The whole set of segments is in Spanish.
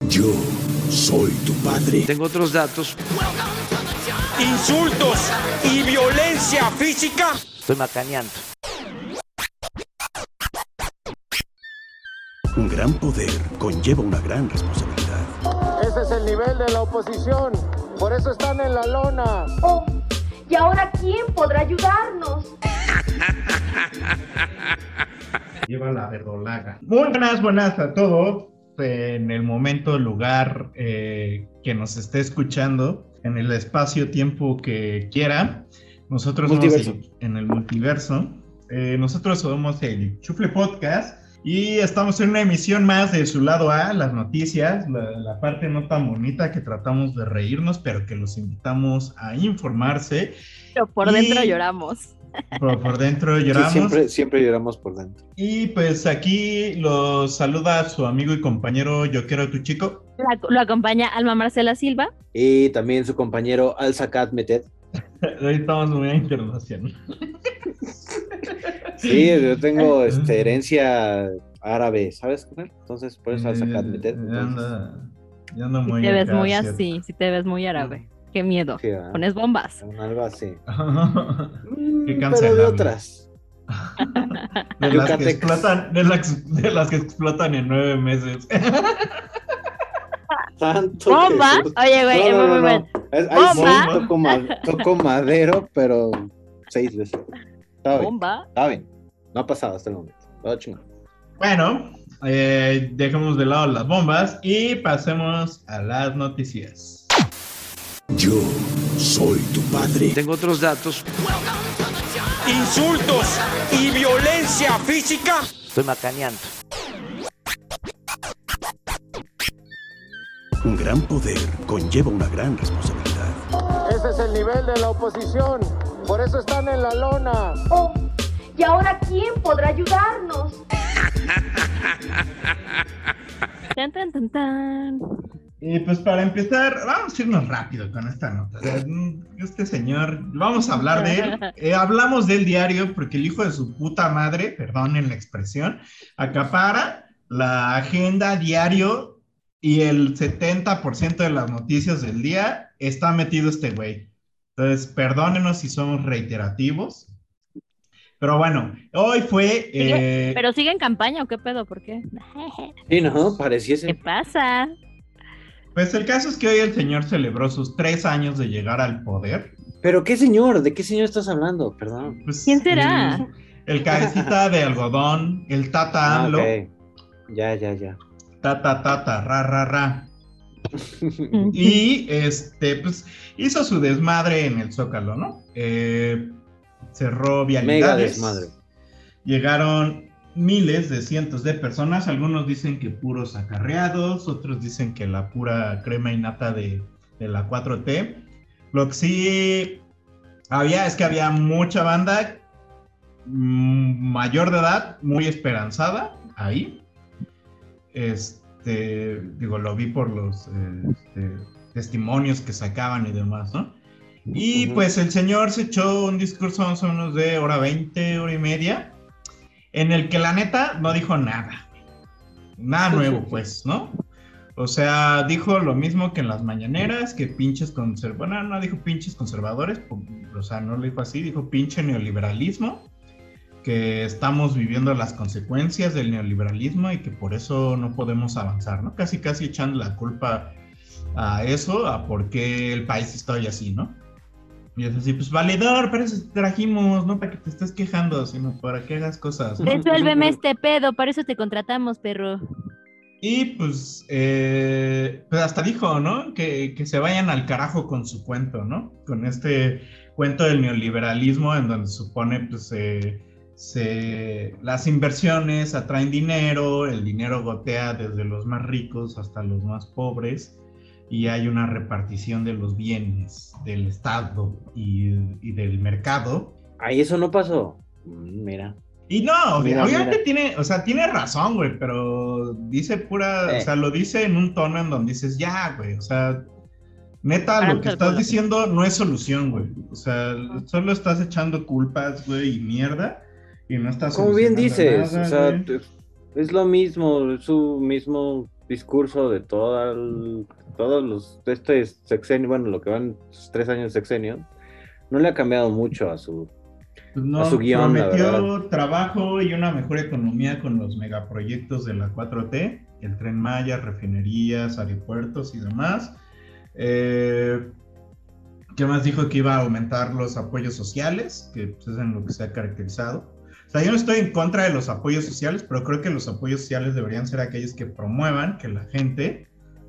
Yo soy tu padre. Tengo otros datos. Insultos y violencia física. Estoy macaneando. Un gran poder conlleva una gran responsabilidad. Ese es el nivel de la oposición. Por eso están en la lona. Oh, ¿y ahora quién podrá ayudarnos? Lleva la verdolaga. Muy buenas a todos. En el momento, lugar que nos esté escuchando, en el espacio-tiempo que quiera. Nosotros en el multiverso. Nosotros somos el Chufle Podcast. Y estamos en una emisión más de su lado A, las noticias, la parte no tan bonita que tratamos de reírnos, pero que los invitamos a informarse. Pero por dentro lloramos. Por dentro lloramos. Sí, siempre lloramos por dentro. Y pues aquí los saluda su amigo y compañero Yo Quiero a Tu Chico. Lo acompaña Alma Marcela Silva. Y también su compañero Al-Sakat Meted. Hoy estamos muy internacional. Sí, yo tengo herencia árabe, ¿sabes? Entonces, por eso Al-Sakat Meted. Ya ando muy si te ves acá, muy ¿cierto? así, si te ves muy árabe. Qué miedo. Sí, pones bombas. Algo así. Qué pero de otras. De las que explotan en 9 meses. Tanto ¿Bomba? Oye, güey, muy bien. ¿Bomba? Sí, toco madero, pero 6 veces. ¿Bomba? Está bien. No ha pasado hasta el momento. Todo chingón. Bueno, dejemos de lado las bombas y pasemos a las noticias. Yo soy tu padre. Tengo otros datos. Insultos y violencia física. Estoy macaneando. Un gran poder conlleva una gran responsabilidad. Ese es el nivel de la oposición. Por eso están en la lona. Oh, ¿y ahora quién podrá ayudarnos? Tan, tan, tan, tan. Y pues para empezar, vamos a irnos rápido con esta nota. Este señor, vamos a hablar de él. Hablamos del diario porque el hijo de su puta madre, perdonen la expresión, acapara la agenda diario y el 70% de las noticias del día está metido este güey. Entonces, perdónenos si somos reiterativos. Pero bueno, hoy fue... ¿Pero sigue en campaña o qué pedo? ¿Por qué? Sí, no, pareciese. ¿Qué pasa? Pues el caso es que hoy el señor celebró sus 3 años de llegar al poder. ¿Pero qué señor? ¿De qué señor estás hablando? Perdón. Pues, ¿Quién será? El cabecita de algodón, el tata AMLO. Okay. Ya. Tata, ra. Y pues hizo su desmadre en el Zócalo, ¿no? Cerró vialidades. Mega desmadre. Llegaron cientos de personas. Algunos dicen que puros acarreados, otros dicen que la pura crema innata de la 4T. Lo que sí había mucha banda mayor de edad, muy esperanzada ahí. Lo vi por los testimonios que sacaban y demás, ¿no? Y pues el señor se echó un discurso más o menos de hora 20, hora y media, en el que la neta no dijo nada nuevo, pues, ¿no? O sea, dijo lo mismo que en las mañaneras, que pinches conservadores, no dijo pinches conservadores, o sea, no lo dijo así, dijo pinche neoliberalismo, que estamos viviendo las consecuencias del neoliberalismo y que por eso no podemos avanzar, ¿no? Casi echando la culpa a eso, a por qué el país está hoy así, ¿no? Y es así, pues valedor, para eso te trajimos, no para que te estés quejando, sino para que hagas cosas, ¿no? Resuélveme este pedo, para eso te contratamos, perro. Y pues hasta dijo, ¿no? Que se vayan al carajo con su cuento, ¿no? Con este cuento del neoliberalismo en donde supone, pues, las inversiones atraen dinero, el dinero gotea desde los más ricos hasta los más pobres, y hay una repartición de los bienes del Estado y del mercado. Ay, eso no pasó. Mira. Y no, obviamente tiene razón, güey, pero dice o sea, lo dice en un tono en donde dices, ya, güey, o sea, neta, lo que estás diciendo no es solución, güey. O sea, solo estás echando culpas, güey, y mierda, y no estás como bien dices, nada, o sea, güey. es lo mismo, es su mismo discurso de todos los de este sexenio, bueno, lo que van 3 años de sexenio, no le ha cambiado mucho a su guión, la verdad. Prometió trabajo y una mejor economía con los megaproyectos de la 4T, el Tren Maya, refinerías, aeropuertos y demás. ¿Qué más dijo? Que iba a aumentar los apoyos sociales, que pues, es en lo que se ha caracterizado. O sea, yo no estoy en contra de los apoyos sociales, pero creo que los apoyos sociales deberían ser aquellos que promuevan que la gente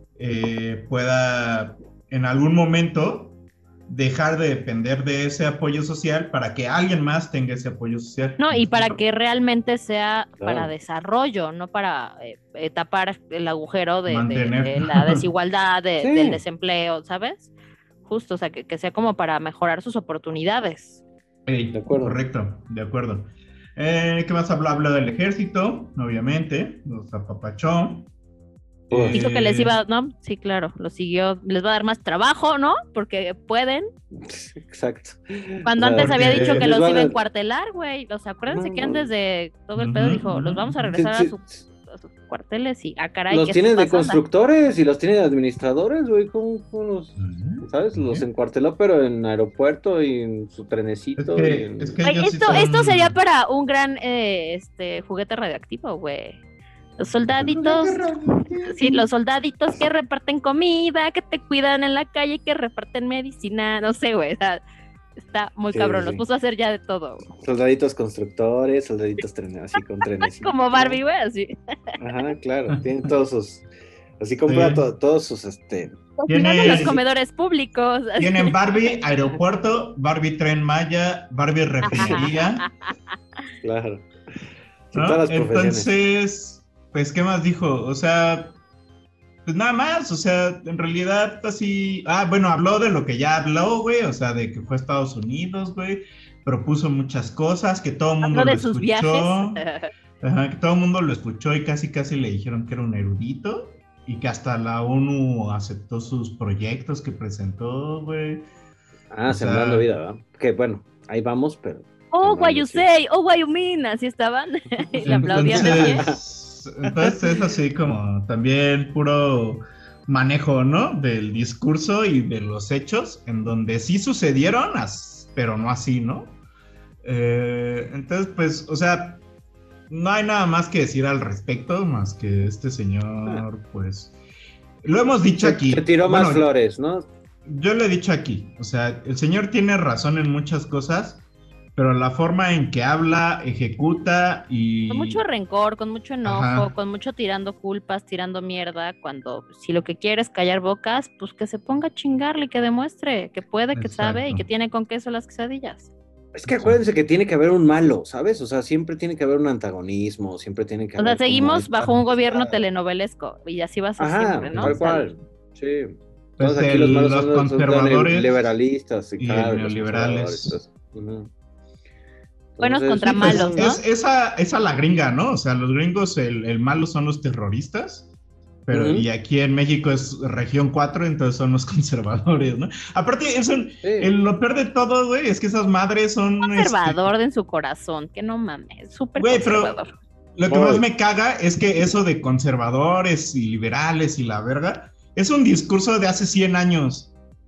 pueda en algún momento dejar de depender de ese apoyo social para que alguien más tenga ese apoyo social. No, y para que realmente sea para desarrollo, no para tapar el agujero de la desigualdad, del desempleo, ¿sabes? Justo, o sea, que sea como para mejorar sus oportunidades. De acuerdo. Correcto, de acuerdo. ¿Qué más habló? Habló del ejército, obviamente, los apapachó. Dijo que les iba, ¿no? Sí, claro, lo siguió, les va a dar más trabajo, ¿no? Porque pueden. Exacto. Cuando antes había dicho que los iba a encuartelar, güey. O sea, acuérdense que antes de todo el pedo dijo, los vamos a regresar a sus cuarteles y caray. Los tienen de constructores y los tienen de administradores, güey. ¿Cómo los, sabes? Los encuarteló, pero en aeropuerto y en su trenecito. Esto sería para un gran juguete radioactivo, güey. Los soldaditos, sí, los soldaditos que reparten comida, que te cuidan en la calle, que reparten medicina, no sé, güey, o sea, está muy cabrón, los puso a hacer ya de todo. Soldaditos constructores, soldaditos así con trenes. Como Barbie, güey, así. Ajá, claro, tienen todos sus, así compra todos sus, Tienen los comedores públicos. Tienen Barbie aeropuerto, Barbie Tren Maya, Barbie refinería. Claro. ¿No? Todas las profesiones. Entonces... Pues, ¿qué más dijo? O sea, pues nada más, o sea, en realidad así... bueno, habló de lo que ya habló, güey, o sea, de que fue a Estados Unidos, güey, propuso muchas cosas, que todo el mundo lo escuchó. Ajá, que todo el mundo lo escuchó y casi le dijeron que era un erudito, y que hasta la ONU aceptó sus proyectos que presentó, güey. Sembrando vida, ¿verdad? Que bueno, ahí vamos, pero... Oh, what you say, oh, what you mean, así estaban, y le aplaudían de pie. Entonces es así como también puro manejo, ¿no? Del discurso y de los hechos, en donde sí sucedieron, pero no así, ¿no? Entonces, pues, o sea, no hay nada más que decir al respecto, más que este señor, pues, lo hemos dicho aquí. Se tiró más flores, ¿no? Yo lo he dicho aquí, o sea, el señor tiene razón en muchas cosas, pero la forma en que habla, ejecuta y... Con mucho rencor, con mucho enojo, con mucho tirando culpas, tirando mierda, cuando si lo que quiere es callar bocas, pues que se ponga a chingarle y que demuestre que puede, que sabe y que tiene con queso las quesadillas. Es que acuérdense que tiene que haber un malo, ¿sabes? O sea, siempre tiene que haber un antagonismo, siempre tiene que haber... O sea, seguimos bajo un gobierno telenovelesco y así va a ser siempre, ¿no? Tal cual, sí. Pues todos aquí los malos son conservadores, los liberalistas y neoliberales. Buenos contra malos, ¿no? Esa la gringa, ¿no? O sea, los gringos, el malo son los terroristas, pero y aquí en México es región 4, entonces son los conservadores, ¿no? Aparte, lo peor de todo, güey, es que esas madres son... Conservador en su corazón, que no mames, súper conservador. Pero lo que más me caga es que eso de conservadores y liberales y la verga, es un discurso de hace 100 años.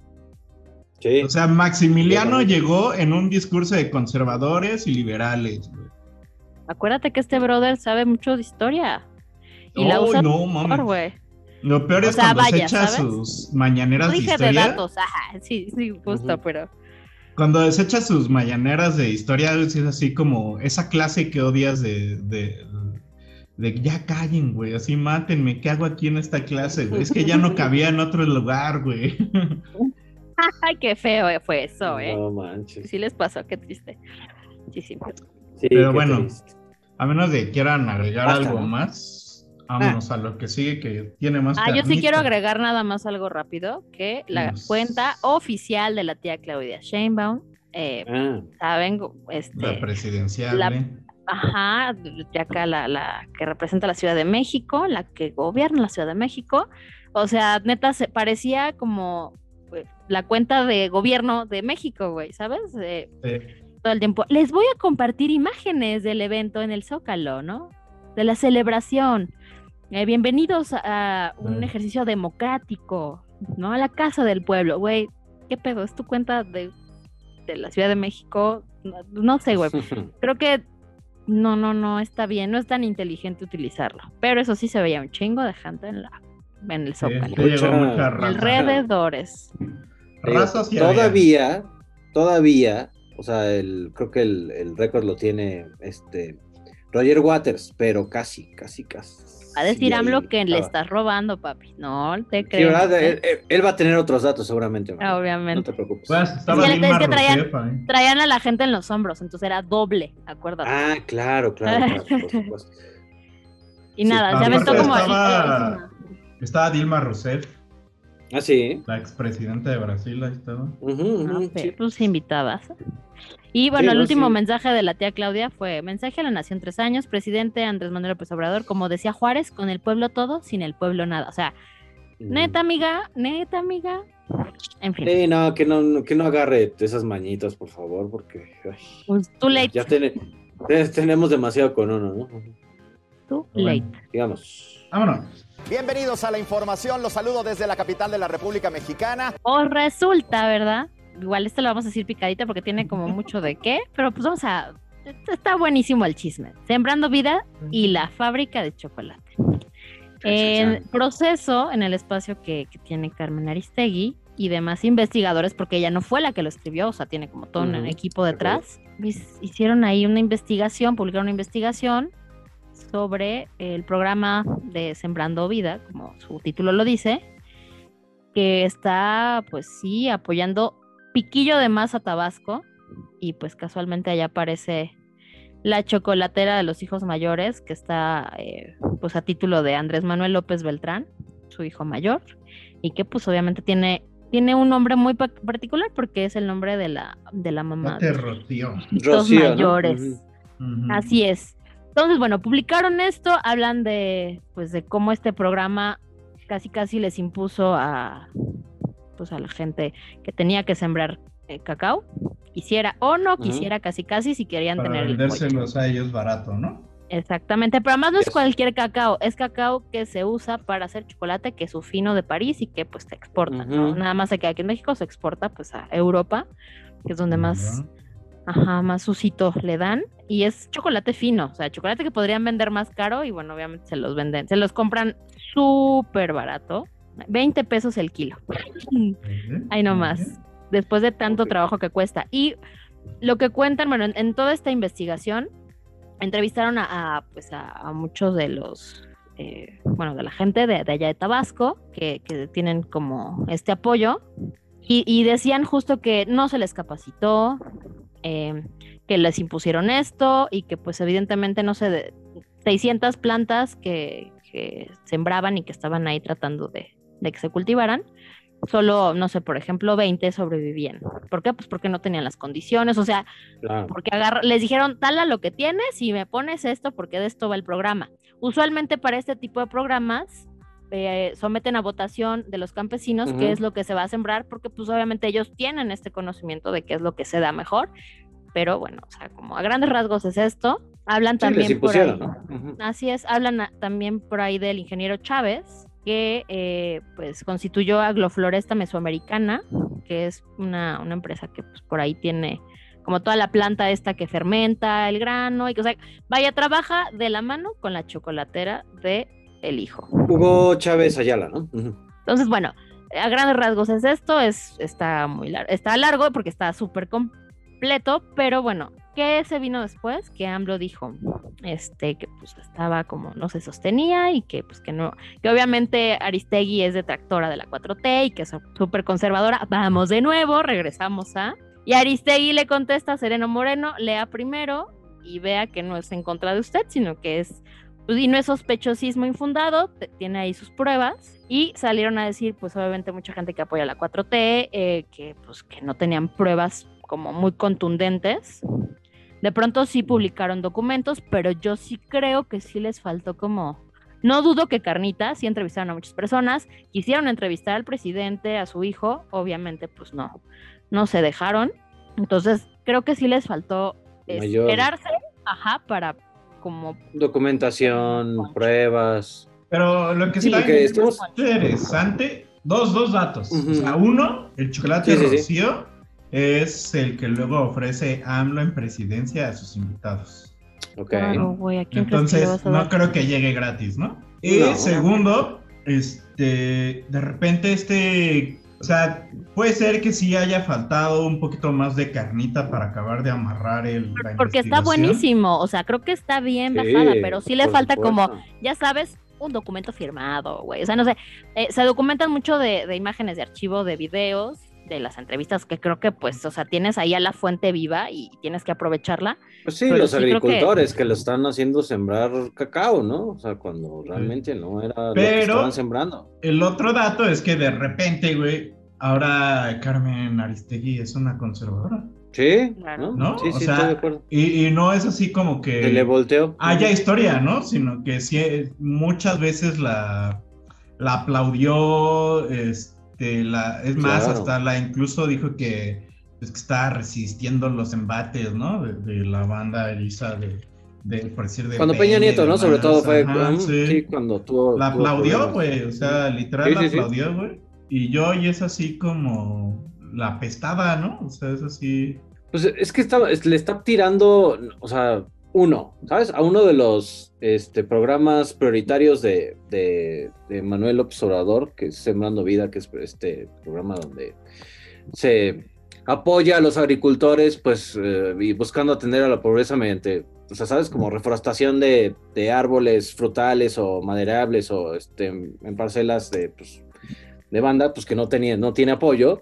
Sí. O sea, Maximiliano llegó en un discurso de conservadores y liberales, güey. Acuérdate que este brother sabe mucho de historia. Y la usa mejor, güey. Lo peor es cuando se echa sus mañaneras de historia. De datos, sí, justo, pero... Cuando desecha sus mañaneras de historia, es así como esa clase que odias de ya callen, güey, así mátenme, ¿qué hago aquí en esta clase, güey? Es que ya no cabía en otro lugar, güey. Ay, qué feo fue eso, No manches. Sí les pasó, qué triste. Sí. Sí, pero bueno, triste. A menos de que quieran agregar algo más, vámonos a lo que sigue, que tiene más yo sí quiero agregar nada más algo rápido, que la cuenta oficial de la tía Claudia Sheinbaum, saben, la presidencial, ya acá la que representa la Ciudad de México, la que gobierna la Ciudad de México, o sea, neta, se parecía como la cuenta de gobierno de México, güey, ¿sabes? Todo el tiempo. Les voy a compartir imágenes del evento en el Zócalo, ¿no? De la celebración. bienvenidos a un ejercicio democrático, ¿no? A la casa del pueblo, güey. ¿Qué pedo? ¿Es tu cuenta de la Ciudad de México? No sé, güey. Creo que no está bien, no es tan inteligente utilizarlo. Pero eso sí se veía un chingo de gente en el Zócalo. En alrededores. Todavía, o sea, creo que el récord lo tiene Roger Waters, pero casi. Va a decir AMLO que le estás robando, papi. No te creo. Sí, ¿verdad? Él va a tener otros datos seguramente. Obviamente. No te preocupes. Pues, estaba Dilma Rousseff, traían a la gente en los hombros, entonces era doble, acuérdate. Ah, claro, por supuesto. Y nada, se aventó como... Estaba Dilma Rousseff. Ah, sí. La expresidenta de Brasil, ahí estaba. Sí. Pues invitadas. Y bueno, el último mensaje de la tía Claudia fue: mensaje a la nación 3 años, presidente Andrés Manuel López Obrador, como decía Juárez, con el pueblo todo, sin el pueblo nada. O sea, neta amiga. En fin. Sí, no, que no agarre esas mañitas, por favor, porque pues too late. Ya tenemos demasiado con uno, ¿no? Too late. Digamos. Vámonos. Bienvenidos a la información, los saludo desde la capital de la República Mexicana. Os resulta, ¿verdad? Igual esto lo vamos a decir picadita porque tiene como mucho de qué, pero pues está buenísimo el chisme. Sembrando Vida y la fábrica de chocolate. En proceso, en el espacio que tiene Carmen Aristegui y demás investigadores, porque ella no fue la que lo escribió, o sea, tiene como todo un equipo detrás, hicieron ahí publicaron una investigación sobre el programa de Sembrando Vida, como su título lo dice, que está, pues sí, apoyando piquillo de masa Tabasco, y pues casualmente allá aparece la chocolatera de los hijos mayores, que está pues a título de Andrés Manuel López Beltrán, su hijo mayor, y que pues obviamente tiene un nombre muy particular porque es el nombre de la mamá de los mayores, ¿no? Así es. Entonces, bueno, publicaron esto, hablan de cómo este programa casi les impuso a la gente que tenía que sembrar cacao, quisiera o no quisiera, casi si querían para tener vendérselos a ellos barato, ¿no? Exactamente, pero además no es cualquier cacao, es cacao que se usa para hacer chocolate, que es su fino de París y que pues se exporta, ¿no? Nada más se queda aquí en México, se exporta pues a Europa, que es donde más usito le dan, y es chocolate fino, o sea, chocolate que podrían vender más caro, y bueno, obviamente se los compran súper barato, 20 pesos el kilo. Ahí nomás, después de tanto trabajo que cuesta. Y lo que cuentan, bueno, en toda esta investigación, entrevistaron a muchos de los, de la gente de allá de Tabasco, que tienen como este apoyo, y decían justo que no se les capacitó, que les impusieron esto, y que pues evidentemente, no sé, de 600 plantas que sembraban y que estaban ahí tratando de que se cultivaran, solo, no sé, por ejemplo, 20 sobrevivían. ¿Por qué? Pues porque no tenían las condiciones, o sea, porque les dijeron, tala lo que tienes y me pones esto porque de esto va el programa. Usualmente para este tipo de programas someten a votación de los campesinos qué es lo que se va a sembrar, porque pues obviamente ellos tienen este conocimiento de qué es lo que se da mejor, pero bueno, o sea, como a grandes rasgos es esto. Hablan también por ahí, ¿no? Así es, hablan también por ahí del ingeniero Chávez, que pues constituyó Agrofloresta Mesoamericana, que es una empresa que pues por ahí tiene como toda la planta esta que fermenta el grano, y que, o sea, trabaja de la mano con la chocolatera de el hijo. Hugo Chávez Ayala, ¿no? Entonces, bueno, a grandes rasgos es esto, está muy largo, está largo porque está súper completo, pero bueno, ¿qué se vino después? Que AMLO dijo que pues estaba como no se sostenía, y que pues que no, que obviamente Aristegui es detractora de la 4T y que es súper conservadora. Vamos de nuevo, regresamos y Aristegui le contesta a Sereno Moreno: lea primero y vea que no es en contra de usted, sino que es, pues, y no es sospechosismo infundado, tiene ahí sus pruebas. Y salieron a decir, pues obviamente mucha gente que apoya la 4T, que pues que no tenían pruebas como muy contundentes. De pronto sí publicaron documentos, pero yo sí creo que sí les faltó como... No dudo que Carnita sí entrevistaron a muchas personas, quisieron entrevistar al presidente, a su hijo, obviamente pues no se dejaron. Entonces creo que sí les faltó esperarse, para como... Documentación, pruebas. Pero lo que Sí, está porque estamos... interesante, dos datos. Ujú. O sea, uno, el chocolate Sí. Rocío es el que luego ofrece AMLO en presidencia a sus invitados. Ok. Claro, güey, ¿a quién crees que le Entonces, vas a no dar? creo que llegue gratis, ¿no? Y No. segundo, de repente o sea, puede ser que sí haya faltado un poquito más de carnita para acabar de amarrar la Porque está investigación. buenísimo, o sea, creo que está bien Sí, bajada, pero sí le por falta supuesto. como, ya sabes, un documento firmado, güey. O sea, no sé, se documentan mucho de imágenes de archivo, de videos, de las entrevistas, que creo que pues, o sea, tienes ahí a la fuente viva y tienes que aprovecharla. Pues sí, Pero los sí creo que- agricultores que lo están haciendo sembrar cacao, ¿no? O sea, cuando realmente no era lo que Pero- estaban sembrando. El otro dato es que de repente, güey, ahora Carmen Aristegui es una conservadora, Sí, Claro. ¿no? Sí, O sí, sea, estoy de acuerdo. y no es así como que Se le volteó. haya historia, ¿no? Sino que sí, muchas veces la aplaudió, es más, Claro. hasta incluso dijo que, pues, que estaba resistiendo los embates, ¿no? De la banda Elisa, por decir, de Cuando Peña Peña y Nieto, ¿no? demás. Sobre todo fue, Ajá, sí, cuando tuvo... La tuvo aplaudió, problemas. güey, o sea, literal Sí, la sí, sí. aplaudió, güey. Y es así como la apestada, ¿no? O sea, es así. Pues es que le está tirando, o sea, ¿sabes? A uno de los programas prioritarios de Manuel López Obrador, que es Sembrando Vida, que es este programa donde se apoya a los agricultores, pues, y buscando atender a la pobreza mediante, o sea, ¿sabes? Como reforestación de árboles frutales o maderables o en parcelas de banda, pues que no tiene apoyo.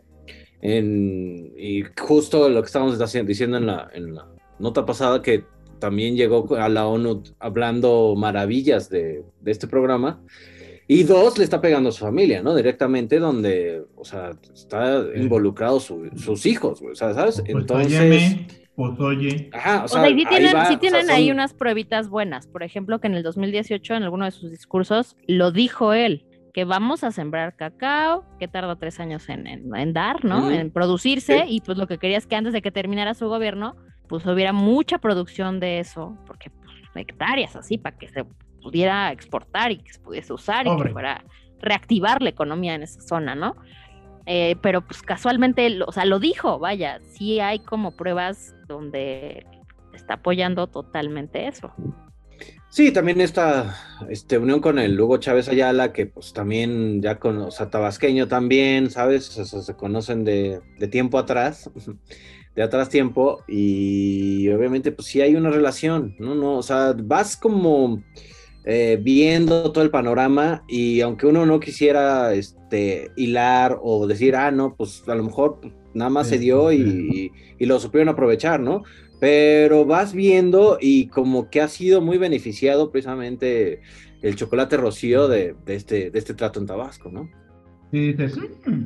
Y justo lo que estábamos diciendo en la nota pasada, que también llegó a la ONU hablando maravillas de este programa, y dos, le está pegando a su familia, ¿no? Directamente, donde, o sea, está involucrado sus hijos, güey, o sea, ¿sabes? Pues Entonces... óyeme, pues oye. Ajá, O sea, y sí o tienen sea, ahí unas pruebitas buenas. Por ejemplo, que en el 2018, en alguno de sus discursos, lo dijo él, que vamos a sembrar cacao, que tarda 3 años en dar, ¿no? Ujú. En producirse, Sí. y pues lo que quería es que antes de que terminara su gobierno, pues hubiera mucha producción de eso, porque pues, hectáreas así, para que se pudiera exportar y que se pudiese usar y Pobre. que fuera reactivar la economía en esa zona, ¿no? Pero pues casualmente, o sea, lo dijo, vaya, sí hay como pruebas donde está apoyando totalmente eso. Sí, también esta unión con el Hugo Chávez Ayala, que pues también ya o sea, tabasqueño también, ¿sabes? O sea, se conocen de tiempo atrás, de atrás tiempo, y obviamente pues sí hay una relación, ¿no? O sea, vas como viendo todo el panorama, y aunque uno no quisiera hilar o decir, no, pues a lo mejor pues, nada más se dio y lo supieron aprovechar, ¿no? Pero vas viendo y como que ha sido muy beneficiado precisamente el chocolate Rocío de este trato en Tabasco, ¿no? Sí, dices,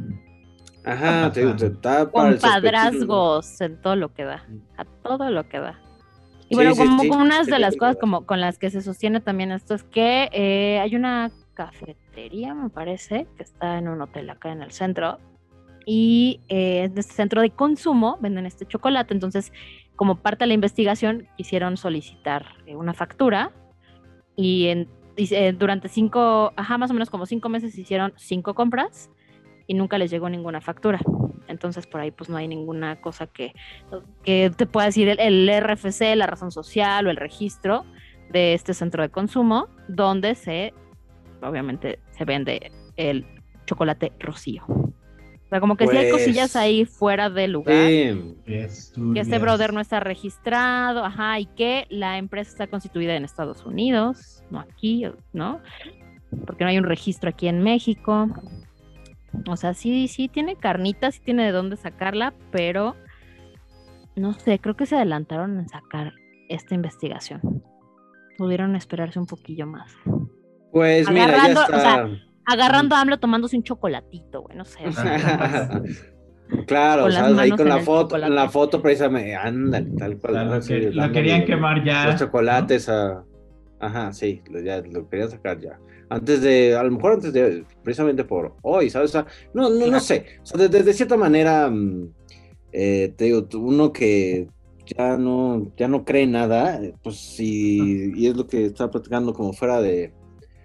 Ajá, te está para el Compadrazgos en todo lo que da, a todo lo que da. Y Sí, bueno, sí, como sí. unas de Sí, las sí, cosas sí. como con las que se sostiene también esto es que hay una cafetería, me parece, que está en un hotel acá en el centro, y en este centro de consumo venden este chocolate. Entonces, como parte de la investigación, quisieron solicitar una factura, y durante más o menos como 5 meses hicieron 5 compras y nunca les llegó ninguna factura. Entonces por ahí pues no hay ninguna cosa que te pueda decir el RFC, la razón social o el registro de este centro de consumo donde obviamente se vende el chocolate Rocío. O sea, como que sí hay Pues, cosillas ahí fuera de lugar. Sí, Que este brother no está registrado, y que la empresa está constituida en Estados Unidos, no aquí, ¿no? Porque no hay un registro aquí en México. O sea, sí tiene carnita, sí tiene de dónde sacarla, pero no sé, creo que se adelantaron en sacar esta investigación. Pudieron esperarse un poquillo más. pues mira, ya Agarrando, está. o sea, agarrando a AMLO tomándose un chocolatito, güey, no sé. O sea, Claro, con las ¿sabes? Ahí manos con en la el foto, chocolate. en la foto precisamente, ándale, tal cual. La ¿no? Sí, querían dándole quemar ya. Los chocolates Ajá, sí, ya lo querían sacar ya. A lo mejor antes de, precisamente por hoy, ¿sabes? O sea, no sé. O sea, de cierta manera, te digo, uno que ya no cree nada, pues sí, y es lo que estaba platicando como fuera de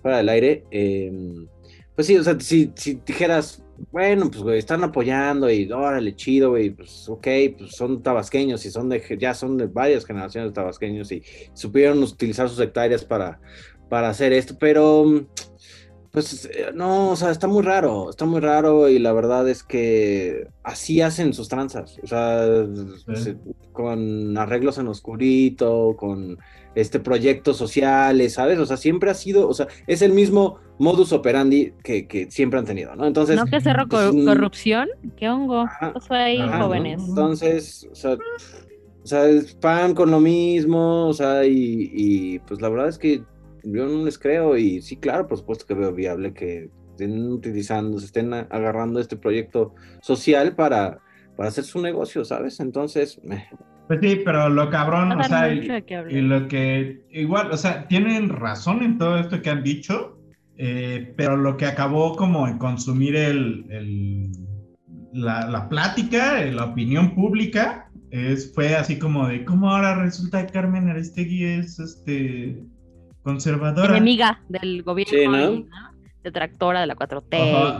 fuera del aire, pues sí, o sea, si dijeras, bueno, pues güey, están apoyando y órale, chido, güey, pues ok, pues son tabasqueños y ya son de varias generaciones de tabasqueños y supieron utilizar sus hectáreas para hacer esto, pero pues no, o sea, está muy raro y la verdad es que así hacen sus tranzas, o sea, con arreglos en oscurito, con proyectos sociales, ¿sabes? O sea, siempre ha sido, o sea, es el mismo modus operandi que siempre han tenido, ¿no? Entonces... ¿No que cerró corrupción? ¿Qué hongo? ¿Qué pasó ahí, jóvenes? ¿no? Entonces, o sea, es pan con lo mismo, o sea, y pues la verdad es que yo no les creo, y sí, claro, por supuesto que veo viable que se estén agarrando este proyecto social para hacer su negocio, ¿sabes? Entonces... Pues sí, pero lo cabrón, o sea, y lo que, igual, o sea, tienen razón en todo esto que han dicho, pero lo que acabó como en consumir la plática, la opinión pública, fue así como de, ¿cómo ahora resulta que Carmen Aristegui es, conservadora? Enemiga del gobierno, sí, ¿no? ¿no? Detractora de la 4T,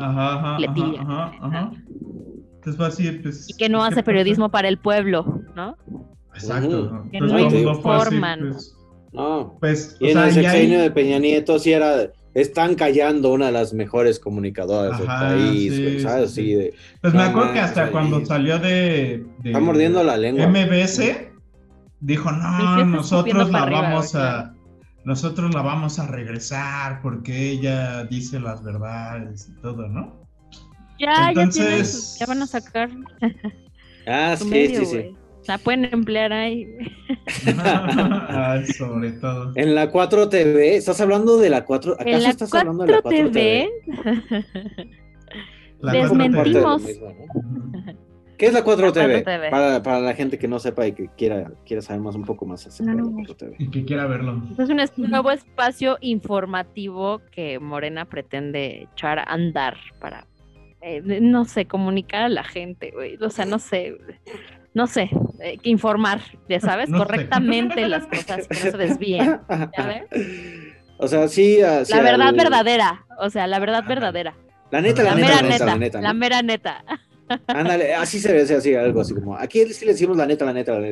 ajá. Entonces fue así, pues... Y que no hace periodismo para el pueblo, ¿no? Exacto. Que no informan. No, pues, y en el sexenio de Peña Nieto sí están callando una de las mejores comunicadoras del país, sí, ¿sabes? Sí. Pues me acuerdo que hasta cuando salió de está mordiendo la lengua. MBS, dijo, no, nosotros la vamos a regresar porque ella dice las verdades y todo, ¿no? Entonces... ya van a sacar. Sí, medio, sí. La pueden emplear ahí. Sobre todo. En la 4TV, ¿estás hablando de la 4? ¿Acaso estás hablando de la 4TV? Desmentimos. ¿Qué es la 4TV? Para la gente que no sepa y que quiera saber un poco más acerca de la 4TV. Y que quiera verlo. Es un nuevo espacio informativo que Morena pretende echar a andar para, no sé, comunicar a la gente, güey. O sea, no sé, que informar, ya sabes, correctamente las cosas, que no se desvíen, ¿ya ves? O sea, sí. La verdad verdadera, o sea, la verdad verdadera. La neta. La mera neta. Ándale, así se ve, así, algo así como, aquí sí le decimos la neta.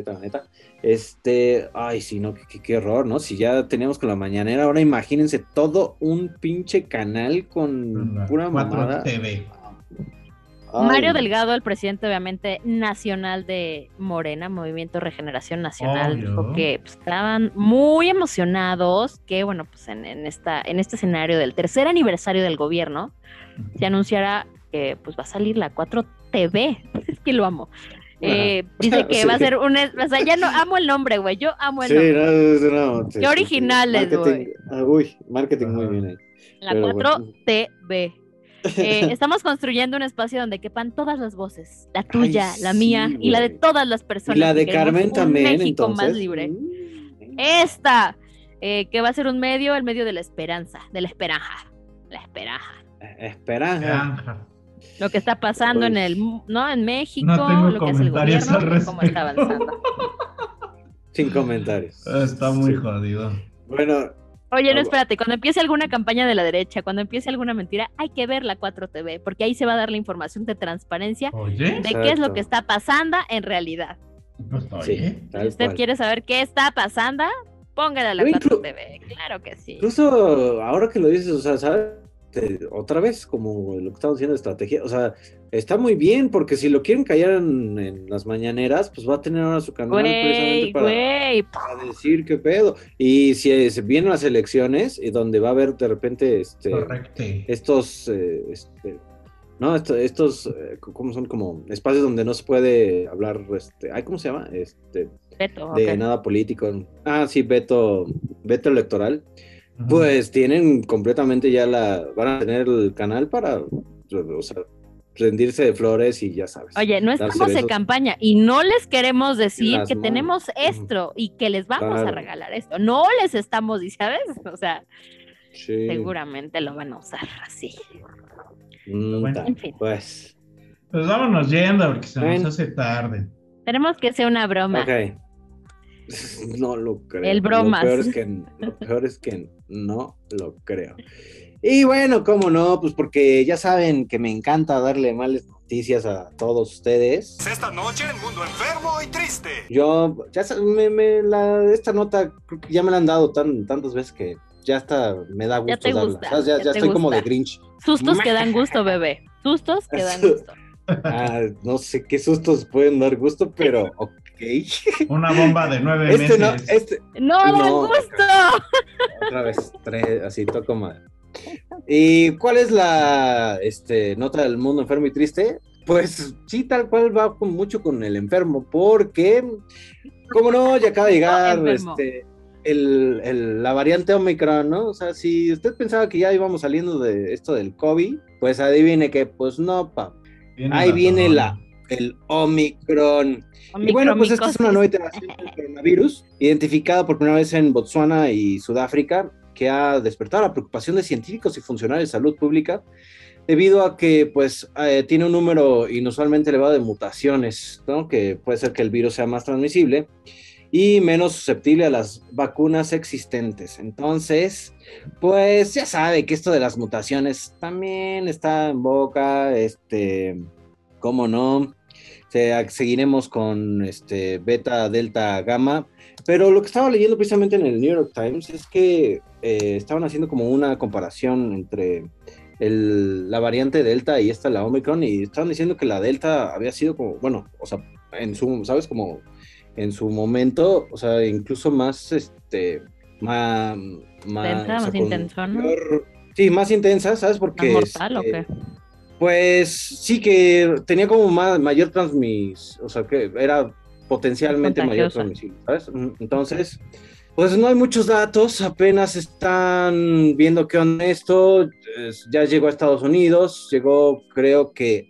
Ay, sí, no, qué horror, ¿no? Si ya teníamos con la mañanera, ahora imagínense todo un pinche canal con pura mamada. 4TV. Mario Delgado, el presidente obviamente nacional de Morena, Movimiento Regeneración Nacional, dijo que pues, estaban muy emocionados que, bueno, pues en este escenario del tercer aniversario del gobierno, se anunciará que pues va a salir la 4TV. Es que lo amo. Dice que va a ser o sea, ya no amo el nombre, güey. Yo amo el nombre. Qué originales, güey. Uy, marketing muy bien ahí. La 4TV. Estamos construyendo un espacio donde quepan todas las voces, la tuya, la mía y la de todas las personas. Y la de Carmen también, México entonces. Más libre. Esta, que va a ser el medio de la esperanza, de la esperanza. Lo que está pasando en México, no tengo lo que es el gobierno, y cómo está avanzando. Sin comentarios. Está muy jodido. Bueno. Oye, no, espérate, cuando empiece alguna campaña de la derecha, cuando empiece alguna mentira, hay que ver la 4TV, porque ahí se va a dar la información de transparencia de qué es lo que está pasando en realidad. Sí, si usted quiere saber qué está pasando, póngale a la 4TV, claro que sí. Incluso ahora que lo dices, o sea, ¿sabes? Otra vez, como lo que estamos diciendo de estrategia, o sea, está muy bien, porque si lo quieren callar en las mañaneras, pues va a tener ahora su canal precisamente para decir qué pedo. Y si se vienen las elecciones, y donde va a haber de repente estos ¿cómo son? Como espacios donde no se puede hablar, ¿cómo se llama? Veto, de nada político. Sí, veto electoral. Pues tienen completamente van a tener el canal para, o sea, rendirse de flores y ya sabes. Oye, no estamos en campaña y no les queremos decir que tenemos esto y que les vamos a regalar esto. No les estamos, ¿sabes? O sea, seguramente lo van a usar así. En fin. Pues vámonos yendo porque se nos hace tarde. Tenemos que ser una broma. Ok. No lo creo. El bromas. Lo peor es que no lo creo. Y bueno, cómo no, pues porque ya saben que me encanta darle malas noticias a todos ustedes. Esta noche en Mundo Enfermo y Triste. Yo, ya esta nota creo que ya me la han dado tantas veces que ya hasta me da gusto te darla. gusta, Ya estoy gusta. como de Grinch. Sustos que dan gusto, bebé. Sustos que dan gusto. No sé qué sustos pueden dar gusto, pero ok. Una bomba de 9 meses. ¡No dan gusto! Otra vez, así toco madre. ¿Y cuál es la nota del mundo enfermo y triste? Pues sí, tal cual va mucho con el enfermo, porque, como no, ya acaba de llegar la variante Omicron, ¿no? O sea, si usted pensaba que ya íbamos saliendo de esto del COVID, pues adivine que, pues no, ahí viene el Omicron. Y bueno, pues esta es una nueva iteración del coronavirus, identificada por primera vez en Botsuana y Sudáfrica, que ha despertado la preocupación de científicos y funcionarios de salud pública, debido a que pues tiene un número inusualmente elevado de mutaciones, ¿no? Que puede ser que el virus sea más transmisible y menos susceptible a las vacunas existentes. Entonces, pues ya sabe que esto de las mutaciones también está en boca, cómo no, seguiremos con beta, delta, gamma, pero lo que estaba leyendo precisamente en el New York Times es que estaban haciendo como una comparación entre la variante delta y la Omicron, y estaban diciendo que la delta había sido como, bueno, o sea, ¿sabes? Como en su momento, o sea, incluso más, más intensa, ¿no? Sí, más intensa, ¿sabes? Porque ¿Mortal o qué? pues sí que tenía como mayor transmisión, o sea, que era potencialmente mayor transmisión, ¿sabes? Entonces, pues no hay muchos datos, apenas están viendo qué onda esto. Ya llegó a Estados Unidos, llegó, creo que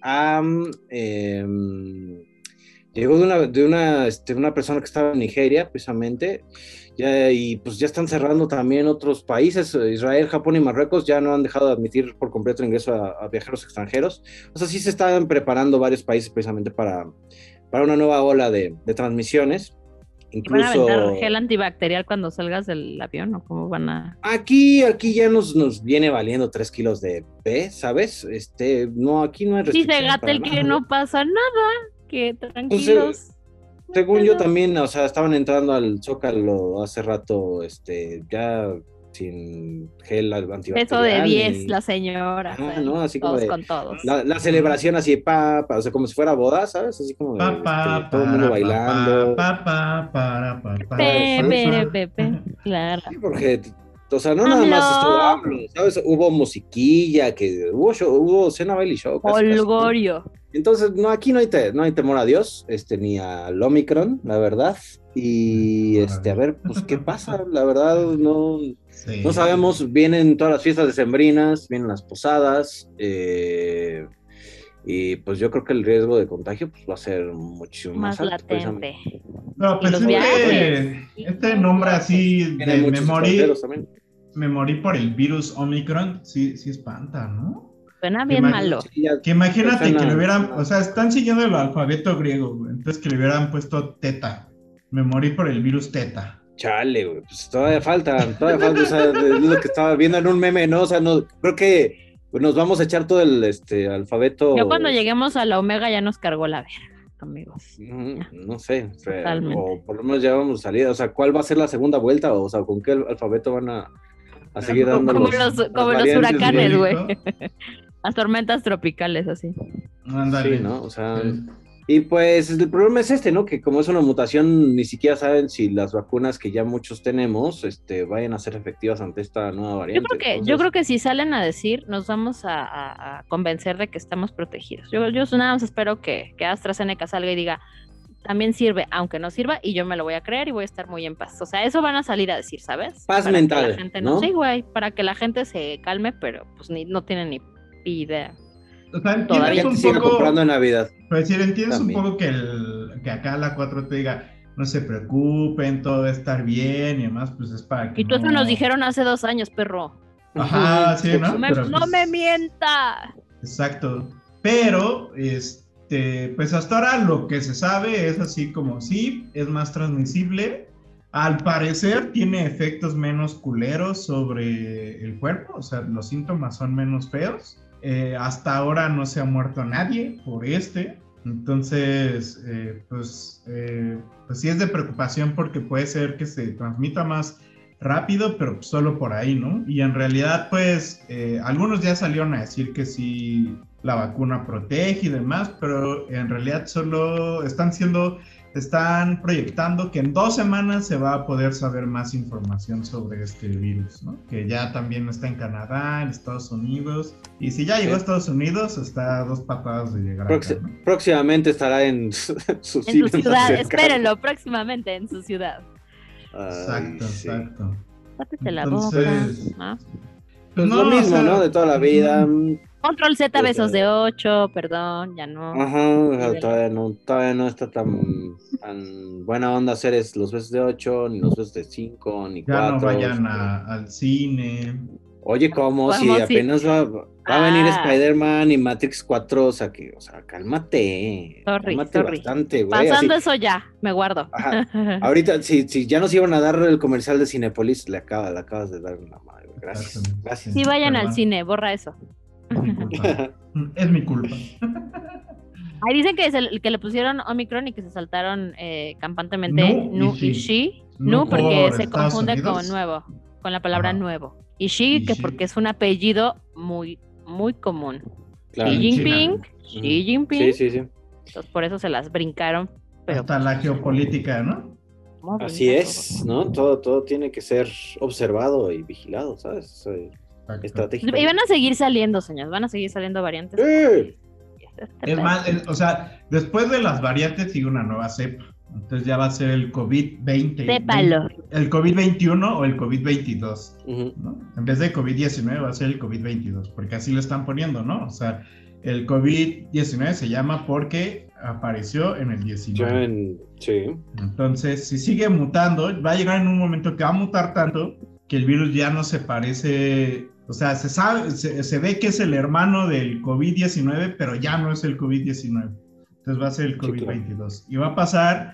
llegó de una persona que estaba en Nigeria, precisamente, y pues ya están cerrando también otros países. Israel, Japón y Marruecos ya no han dejado de admitir por completo el ingreso a viajeros extranjeros. O sea, sí se están preparando varios países precisamente para una nueva ola de transmisiones. Incluso, ¿van a aventar gel antibacterial cuando salgas del avión o cómo van a...? Aquí ya nos viene valiendo 3 kilos de P, ¿sabes? No, aquí no hay restricción. Dice Gatell que no pasa nada, que tranquilos. Según yo también, o sea, estaban entrando al Zócalo hace rato, ya sin gel antibacterial. Peso de 10 la señora. ¿no? Así todos como con todos. La celebración así, o sea, como si fuera boda, ¿sabes? Así como todo el mundo bailando. Claro. Sí, porque, o sea, no nada más estuvo AMLO, ¿sabes? Hubo musiquilla, hubo cena, baile y show. Holgorio. Entonces, no, aquí no hay temor a Dios, ni al Omicron, la verdad. Y a ver, pues, ¿qué pasa? La verdad, no sabemos. Vienen todas las fiestas decembrinas, vienen las posadas, y pues yo creo que el riesgo de contagio pues va a ser muchísimo más alto, latente. No, pues este nombre así de me morí por el virus Omicron, sí espanta, ¿no? Suena bien malo. Que imagínate que le hubieran, o sea, están siguiendo el alfabeto griego, güey, entonces que le hubieran puesto teta. Me morí por el virus teta. Chale, güey, pues todavía falta, o sea, es lo que estaba viendo en un meme, ¿no? O sea, no, creo que nos vamos a echar todo el alfabeto. Ya cuando lleguemos a la omega ya nos cargó la verga, amigos. No sé, o por lo menos ya vamos a salir, o sea, ¿cuál va a ser la segunda vuelta? O sea, ¿con qué alfabeto van a seguir dando como los huracanes, güey. Las tormentas tropicales, así. Sí, ¿no? O sea, y pues el problema es ¿no? Que como es una mutación, ni siquiera saben si las vacunas que ya muchos tenemos, vayan a ser efectivas ante esta nueva variante. Yo creo que si salen a decir, nos vamos a convencer de que estamos protegidos. Yo nada más espero que AstraZeneca salga y diga, también sirve, aunque no sirva, y yo me lo voy a creer y voy a estar muy en paz. O sea, eso van a salir a decir, ¿sabes? Paz para mental, que la gente ¿no? Sí, güey, para que la gente se calme, pero pues no tienen ni idea. O sea, todavía te siga comprando en Navidad. Pero si entiendes también un poco que acá la 4 te diga, no se preocupen, todo va a estar bien y demás, pues es para que Y tú eso nos dijeron hace 2 años, perro. Ajá, sí, ¿no? No me mienta. Exacto. Pero, pues hasta ahora lo que se sabe es así como sí, es más transmisible, Al parecer tiene efectos menos culeros sobre el cuerpo, o sea, los síntomas son menos feos. Hasta ahora no se ha muerto nadie por entonces, pues sí es de preocupación porque puede ser que se transmita más rápido, pero solo por ahí, ¿no? Y en realidad, pues, algunos ya salieron a decir que sí la vacuna protege y demás, pero en realidad solo están proyectando que en 2 semanas se va a poder saber más información sobre este virus, ¿no? Que ya también está en Canadá, en Estados Unidos, y si ya llegó a Estados Unidos, está a 2 patadas de llegar acá, ¿no? Próximamente estará en su ciudad, espérenlo, próximamente en su ciudad. Exacto, sí. Tápate la boca, ¿no? Pues no, lo mismo, o sea, ¿no? De toda la vida. Control Z, besos de 8, perdón, ya no. Ajá, todavía no está tan buena onda hacer los besos de 8, ni los besos de 5, ni 4. Ya no vayan al cine. Oye, ¿cómo? Si apenas va a venir Spider-Man y Matrix 4, o sea, cálmate. Cálmate bastante, güey. Pasando eso ya, me guardo. Ajá. Ahorita, si ya nos iban a dar el comercial de Cinépolis, le acabas de dar una madre. Gracias. Sí, vayan al cine, borra eso. Es mi culpa. Ahí dicen que le pusieron Omicron y que se saltaron campantemente Nu y Shi. Nu porque se confunde con nuevo, con la palabra nuevo. Y Shi que porque es un apellido muy, muy común. Claro. Xi Jinping. Sí. Entonces por eso se las brincaron. Pero hasta la geopolítica, ¿no? Así es, ¿no? Todo tiene que ser observado y vigilado, ¿sabes? Estratégico. Y van a seguir saliendo, señores, van a seguir saliendo variantes. Es más, o sea, después de las variantes sigue una nueva cepa. Entonces ya va a ser el COVID-20. Sépalo. El COVID-21 o el COVID-22, ¿no? En vez de COVID-19 va a ser el COVID-22, porque así lo están poniendo, ¿no? O sea, el COVID-19 se llama porque apareció en el 19. Sí. Entonces, si sigue mutando, va a llegar en un momento que va a mutar tanto que el virus ya no se parece, o sea, se ve que es el hermano del COVID-19, pero ya no es el COVID-19. Entonces va a ser el COVID-22. Claro. Y va a pasar,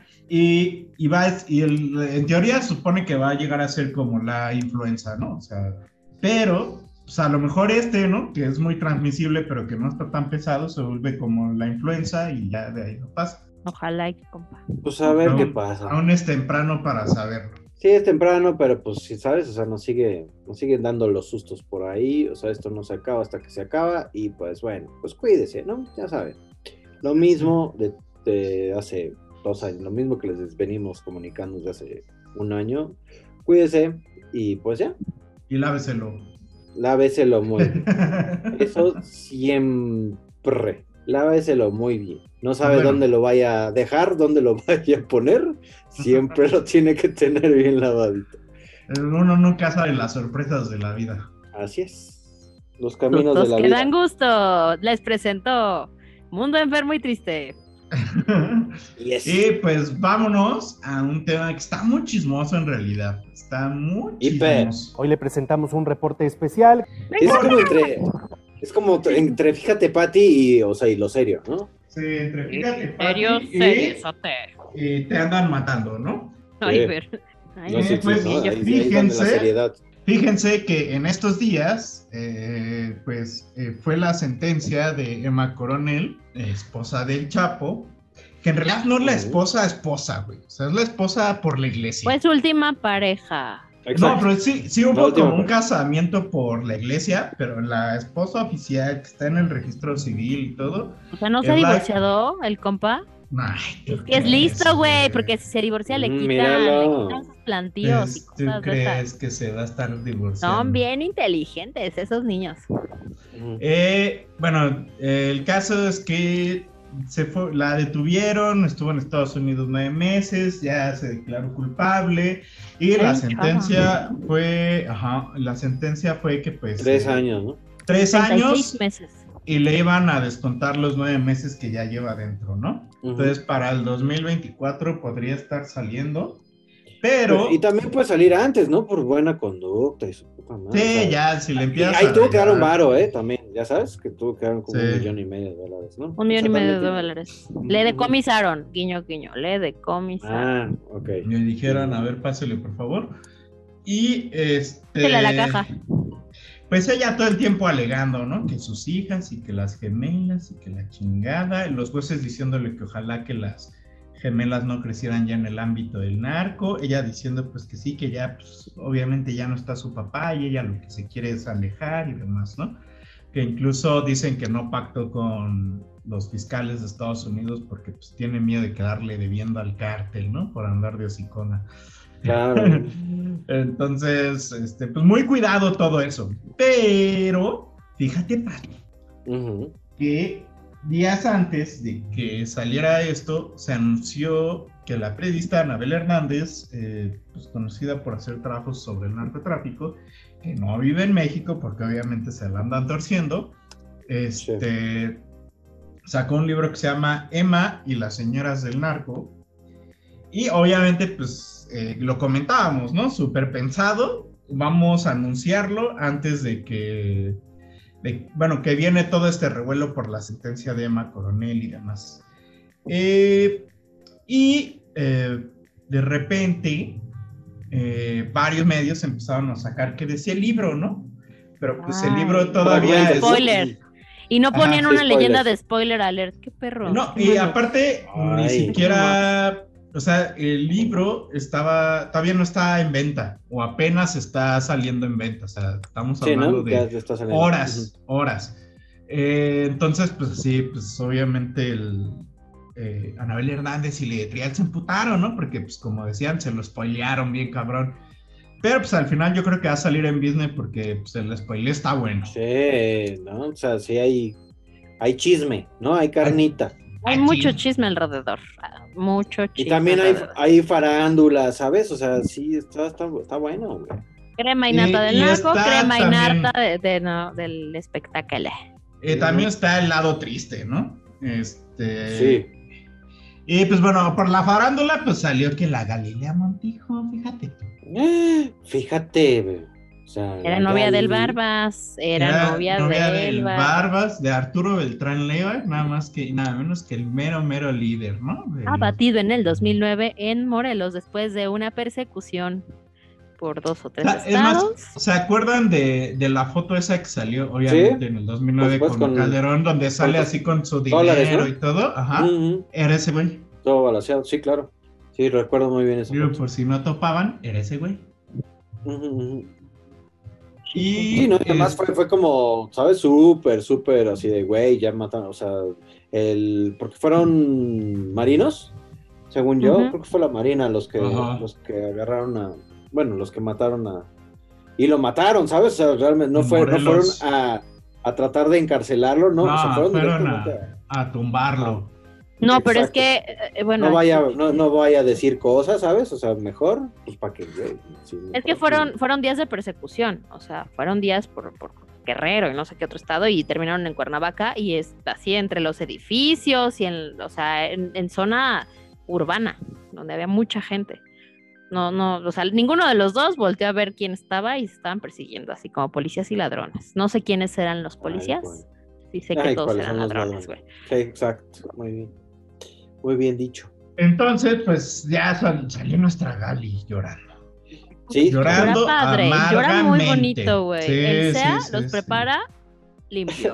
en teoría supone que va a llegar a ser como la influenza, ¿no? O sea, pero, pues a lo mejor ¿no? Que es muy transmisible, pero que no está tan pesado, se vuelve como la influenza y ya de ahí no pasa. Ojalá compa. Pues a ver qué pasa. Aún es temprano para saberlo. Sí, es temprano, pero pues si sabes, o sea, nos siguen dando los sustos por ahí, o sea, esto no se acaba hasta que se acaba, y pues bueno, pues cuídese, ¿no? Ya saben. Lo mismo de hace 2 años, lo mismo que les venimos comunicando desde hace 1 año. Cuídese y pues ya. Y láveselo. Láveselo muy bien. Eso siempre. Láveselo muy bien. No sabe dónde lo vaya a dejar, dónde lo vaya a poner. Siempre lo tiene que tener bien lavadito. Uno nunca sabe las sorpresas de la vida. Así es. Los caminos de la vida. Que dan gusto. Les presento Mundo Enfermo y Triste. Yes. Y pues vámonos a un tema que está muy chismoso en realidad. Está muy chismoso. Hoy le presentamos un reporte especial. Es como entre fíjate, Pati, y lo serio, ¿no? Sí, entre fíjate, Pati y te andan matando, ¿no? Ay, pero... Fíjense que en estos días, fue la sentencia de Emma Coronel, esposa del Chapo, que en realidad no es la esposa, güey. O sea, es la esposa por la iglesia. Fue su última pareja. Exacto. No, pero sí hubo como un casamiento por la iglesia, pero la esposa oficial que está en el registro civil y todo. O sea, ¿no se ha divorciado el compa? Ay, es listo, güey, porque si se divorcia le quitan sus plantíos y cosas de esas. ¿Tú crees que se va a estar divorciando? Son bien inteligentes esos niños. Bueno, el caso es que la detuvieron, estuvo en Estados Unidos 9 meses, ya se declaró culpable y la sentencia fue que pues 3 años, ¿no? 3 años meses. Y le iban a descontar los 9 meses que ya lleva dentro, ¿no? Entonces para el 2024 podría estar saliendo, pero... Y también puede salir antes, ¿no? Por buena conducta y su madre, Sí, ya, si le Y empiezas ahí a tuvo que dar un regalar. varo, también, ya sabes, que tuvo que dar como Sí. $1,500,000, ¿no? $1,5 millones. Exactamente. Le decomisaron, guiño, guiño, le decomisaron. Ok. Me dijeron, a ver, pásele, por favor. Y Métele a la caja. pues ella todo el tiempo alegando, ¿no? Que sus hijas y que las gemelas y que la chingada. Y los jueces diciéndole que ojalá que las gemelas no crecieran ya en el ámbito del narco. Ella diciendo pues que sí, que ya pues obviamente ya no está su papá y ella lo que se quiere es alejar y demás, ¿no? Que incluso dicen que no pactó con los fiscales de Estados Unidos porque pues tiene miedo de quedarle debiendo al cártel, ¿no? Por andar de hocicona. Claro. Entonces, pues muy cuidado todo eso. Pero, fíjate, Pato, que días antes de que saliera esto, se anunció que la periodista Anabel Hernández, pues conocida por hacer trabajos sobre el narcotráfico, que no vive en México porque obviamente se la andan torciendo, sacó un libro que se llama Emma y las señoras del narco. Y obviamente, pues, lo comentábamos, ¿no? Súper pensado. Vamos a anunciarlo antes de que viene todo este revuelo por la sentencia de Emma Coronel y demás. De repente, varios medios empezaron a sacar que decía el libro, ¿no? Pero pues el libro todavía es... Spoiler. Y no ponían Ajá, una sí, leyenda spoilers. de spoiler alert. Qué perro. No, Qué y bueno. aparte, ni siquiera... O sea, el libro todavía no está en venta, o apenas está saliendo en venta. O sea, estamos hablando Ya de está saliendo. horas. Entonces, pues sí, pues obviamente Anabel Hernández y Letrial se emputaron, ¿no? Porque, pues como decían, se lo spoilearon bien cabrón. Pero, pues al final yo creo que va a salir en business porque pues, el spoiler está bueno. Sí, ¿no? O sea, sí hay chisme, ¿no? Hay carnita. Hay mucho chisme alrededor. Mucho chisme. Y también hay farándula, ¿sabes? O sea, sí, está bueno, güey. Crema y nata del y narco, está crema y también- nata del espectáculo. También está el lado triste, ¿no? Sí. Y pues bueno, por la farándula, pues salió que la Galilea Montijo, fíjate tú. Fíjate, güey. O sea, Era la novia Gali- del Barbas. Era novia del Barbas, de Arturo Beltrán Leiva, nada más que nada menos que el mero líder, ¿no? Abatido en el 2009 en Morelos después de una persecución por 2 o 3 Es más, estados. ¿se acuerdan de la foto esa que salió, obviamente, en el 2009 Pues, con Calderón, donde sale con así con su dinero dólares, ¿no? y todo? Ajá. Era ese güey. Todo balanceado, sí, claro. Sí, recuerdo muy bien eso. Digo, por si no topaban, era ese güey. Y Sí, no, y además fue como, ¿sabes? Súper así de, güey, ya mataron, o sea, porque fueron marinos, según yo, creo que fue la marina los que agarraron los que mataron y lo mataron, ¿sabes? O sea, realmente no fueron a tratar de encarcelarlo, ¿no? O sea, fueron directamente a tumbarlo. No, pero es que, bueno. No vaya a decir cosas, ¿sabes? O sea, mejor, pues para que, güey. Sí, Es que fueron días de persecución, o sea, fueron días por Guerrero y no sé qué otro estado y terminaron en Cuernavaca y es así entre los edificios y en zona urbana, donde había mucha gente. No, o sea, ninguno de los dos volteó a ver quién estaba y se estaban persiguiendo, así como policías y ladrones. No sé quiénes eran los policías, sí sé que todos eran ladrones, güey. Sí, exacto, muy bien dicho. Entonces, pues ya salió nuestra Gali llorando. Sí, llorando Llora padre, llora muy amargamente. bonito, güey. Sí, El SEA sí, los sí. prepara limpio.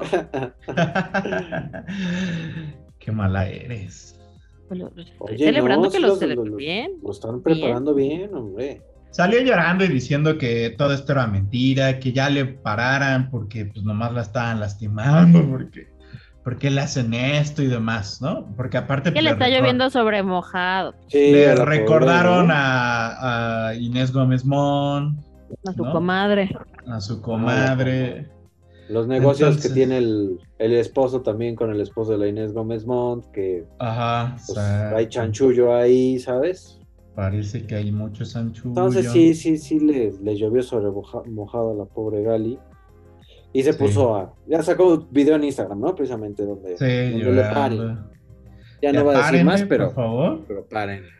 Qué mala eres. Estoy celebrando que los celebró bien. Lo están preparando bien, hombre. Salió llorando y diciendo que todo esto era mentira, que ya le pararan porque pues nomás la estaban lastimando, porque le hacen esto y demás, ¿no? Porque aparte Que le está lloviendo sobre mojado. le recordaron a Inés Gómez Mont, A su comadre. A su comadre. Los negocios Entonces, que tiene el esposo también con el esposo de la Inés Gómez Mont, que pues, hay chanchullo ahí, ¿sabes? Parece que hay mucho chanchullo. Entonces sí le llovió sobre mojado a la pobre Gali. Y se puso ya sacó un video en Instagram, ¿no? Precisamente donde le paren. Ya no va a decir más, pero por favor. Pero paren.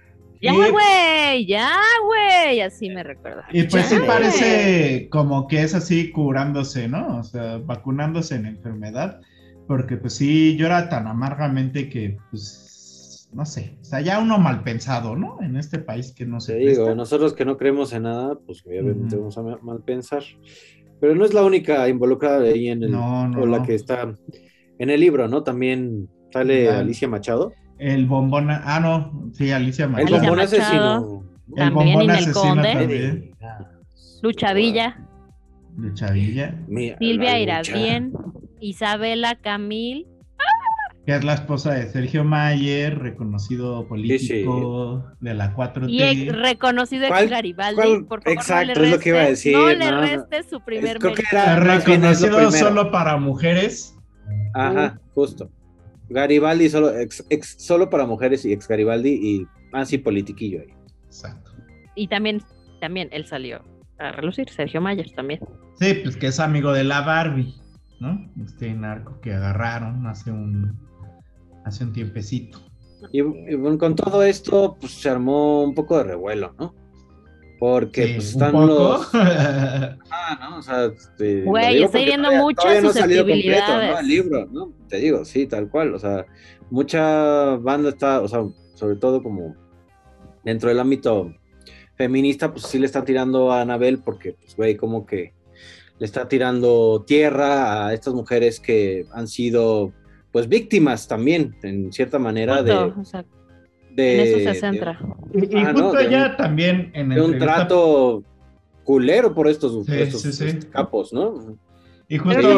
Ya, güey, así me recuerda. Y pues Ya, sí parece como que es así curándose, ¿no? O sea, vacunándose en enfermedad, porque pues sí llora tan amargamente que pues, no sé, o sea, ya uno mal pensado, ¿no? En este país que no se Te digo, presta. nosotros que no creemos en nada, pues obviamente vamos a mal pensar. Pero no es la única involucrada ahí en el, o la que está en el libro, ¿no? También sale Alicia Machado. El bombón, no, sí, Alicia Machado. El bombón asesino. El También bombón Ninel asesino Conde. también. Lucha Villa. Lucha Villa. Silvia Irabien. Isabela Camil. Que es la esposa de Sergio Mayer, reconocido político de la 4T. Y reconocido ex Garibaldi. Por favor, exacto, no le es lo que iba a decir. No le restes su primer creo que mérito. era reconocido solo para mujeres. Ajá, justo. Garibaldi solo para mujeres y ex Garibaldi y sí, politiquillo ahí. Exacto. Y también él salió a relucir, Sergio Mayer también. Sí, pues que es amigo de la Barbie, ¿no? Este narco que agarraron hace un tiempecito. Y bueno, con todo esto, pues se armó un poco de revuelo, ¿no? Porque sí, pues están los... ¿no? O sea, güey, estoy viendo muchas susceptibilidades. ¿no? El libro, ¿no? Te digo, sí, tal cual. O sea, mucha banda está, o sea, sobre todo como dentro del ámbito feminista, pues sí le está tirando a Anabel porque, pues, güey, como que le está tirando tierra a estas mujeres que han sido, pues, víctimas también, en cierta manera, en eso se centra. Y justo ella también en de un trato culero por estos capos, ¿no? Y justo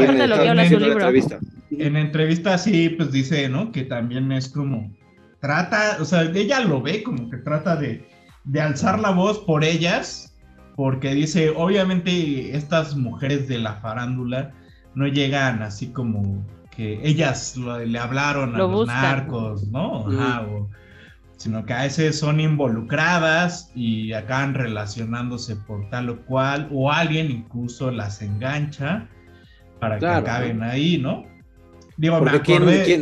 en entrevista sí, pues dice, ¿no? Que también es como trata, o sea, ella lo ve como que trata de alzar la voz por ellas, porque dice, obviamente estas mujeres de la farándula no llegan así como que ellas le hablaron a los narcos, ¿no? Ajá, sino que a veces son involucradas y acaban relacionándose por tal o cual, o alguien incluso las engancha para que acaben ahí, ¿no? Digo, porque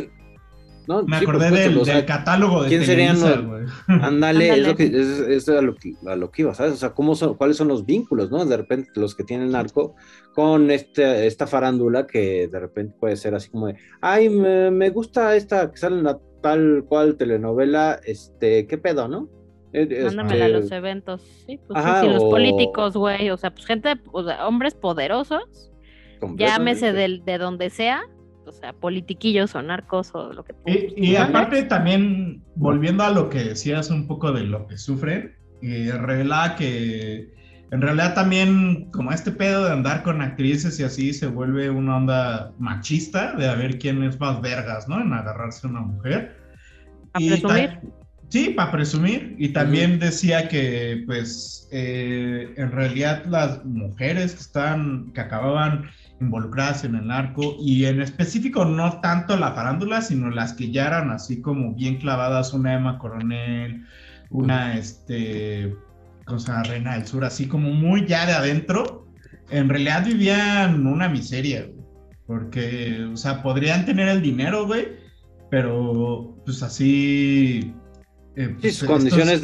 me acordé del catálogo de ¿quién Televisa, güey. Ándale, es a lo que iba, ¿sabes? O sea, cuáles son los vínculos, ¿no? De repente los que tienen narco con esta farándula que de repente puede ser así como de, ay, me gusta esta que sale en la tal cual telenovela, ¿qué pedo, no? Mándamela a los eventos, sí, pues sí, los políticos, güey, o sea, pues gente, o sea, hombres poderosos, llámese de donde sea, o sea, politiquillos o narcos o lo que y aparte también, volviendo a lo que decías un poco de lo que sufren, revela que en realidad también como este pedo de andar con actrices y así se vuelve una onda machista de a ver quién es más vergas, ¿no? En agarrarse a una mujer. ¿Para presumir? Sí, para presumir. Y también decía que pues en realidad las mujeres que acababan involucradas en el narco y en específico no tanto la farándula, sino las que ya eran así como bien clavadas, una Emma Coronel, una cosa Reina del Sur, así como muy ya de adentro, en realidad vivían una miseria, güey, porque, o sea, podrían tener el dinero, güey, pero pues así... sus condiciones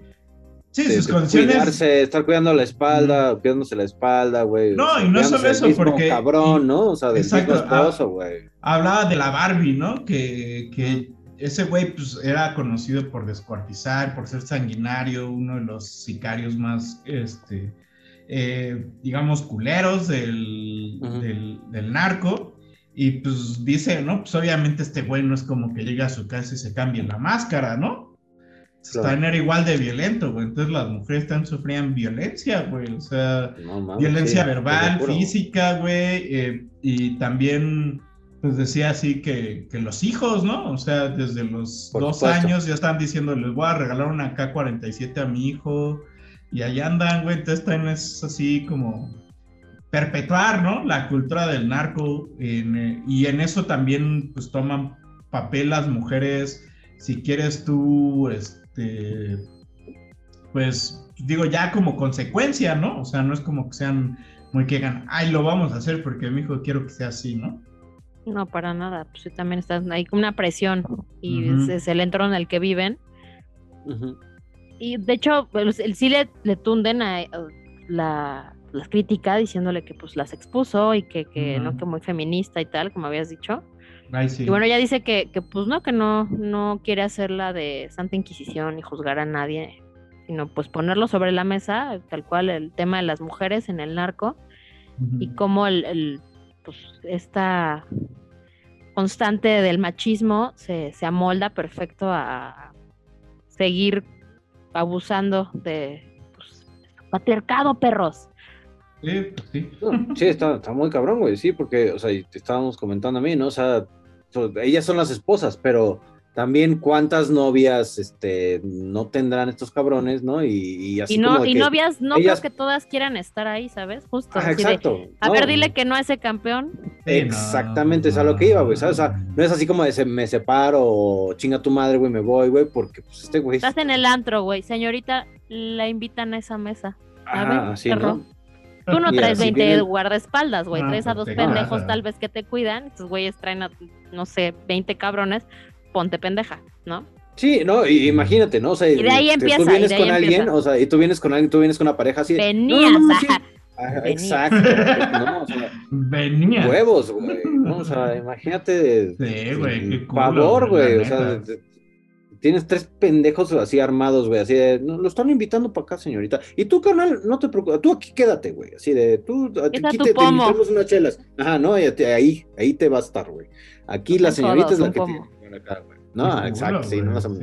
sus condiciones... Cuidarse, estar cuidando la espalda, cuidándose la espalda, güey. No, y no solo eso, porque... cabrón, ¿no? O sea, del mismo esposo, güey. Hablaba de la Barbie, ¿no? Que ese güey, pues, era conocido por descuartizar, por ser sanguinario, uno de los sicarios más, digamos, culeros del narco. Y, pues, dice, ¿no? Pues, obviamente este güey no es como que llega a su casa y se cambie la máscara, ¿no? También era igual de violento, güey. Entonces las mujeres también sufrían violencia, güey. O sea, violencia verbal, física, güey. Y también, pues decía así que los hijos, ¿no? O sea, desde los 2 años ya están diciendo, les voy a regalar una K-47 a mi hijo. Y ahí andan, güey. Entonces también es así como perpetuar, ¿no? La cultura del narco. Y en eso también, pues toman papel las mujeres. Si quieres tú, pues digo, ya como consecuencia, ¿no? O sea, no es como que sean muy que digan, ay, lo vamos a hacer porque mi hijo quiero que sea así, ¿no? No, para nada, pues también hay una presión y es el entorno en el que viven. Y de hecho, pues, sí le tunden a la crítica diciéndole que pues las expuso y que no, que muy feminista y tal, como habías dicho. Ay, sí. Y bueno, ella dice que pues no, que no quiere hacerla de Santa Inquisición ni juzgar a nadie, sino pues ponerlo sobre la mesa, tal cual el tema de las mujeres en el narco y cómo pues esta constante del machismo se amolda perfecto a seguir abusando de pues, patriarcado, perros. Sí, pues sí. No, sí, está muy cabrón, güey, sí, porque, o sea, y te estábamos comentando a mí, ¿no? O sea, ellas son las esposas, pero también cuántas novias no tendrán estos cabrones, ¿no? Y así como de y que novias, no ellas... creo que todas quieran estar ahí, ¿sabes? Justo. Ajá, exacto. A ver, dile que no a ese campeón. Exactamente, es a lo que iba, güey, ¿sabes? O sea, no es así como de me separo o chinga tu madre, güey, me voy, güey, porque pues este güey... Estás en el antro, güey, señorita, la invitan a esa mesa. A ver, así, perro. ¿no? Tú no Mira, traes si 20 vienen... guardaespaldas, güey, traes a dos pendejos tal vez que te cuidan, estos güeyes traen a, no sé, 20 cabrones, ponte pendeja, ¿no? Sí, no, y imagínate, ¿no? O sea, y de ahí empieza. Tú vienes con alguien, o sea, y tú vienes con alguien, tú vienes con una pareja así. Venías. Sí. Exacto. No, o sea, venías. Huevos, güey. No, o sea, imagínate. Sí, güey, qué culo, favor, güey. O neta. sea, tienes 3 pendejos así armados, güey, así de, no, lo están invitando para acá, señorita. Y tú, carnal, no te preocupes, tú aquí quédate, güey, así de, tú, aquí te invitamos unas chelas. Ajá, no, ahí te va a estar, güey. Aquí la señorita es la que tiene acá, güey. No, exacto, sí, no vas a...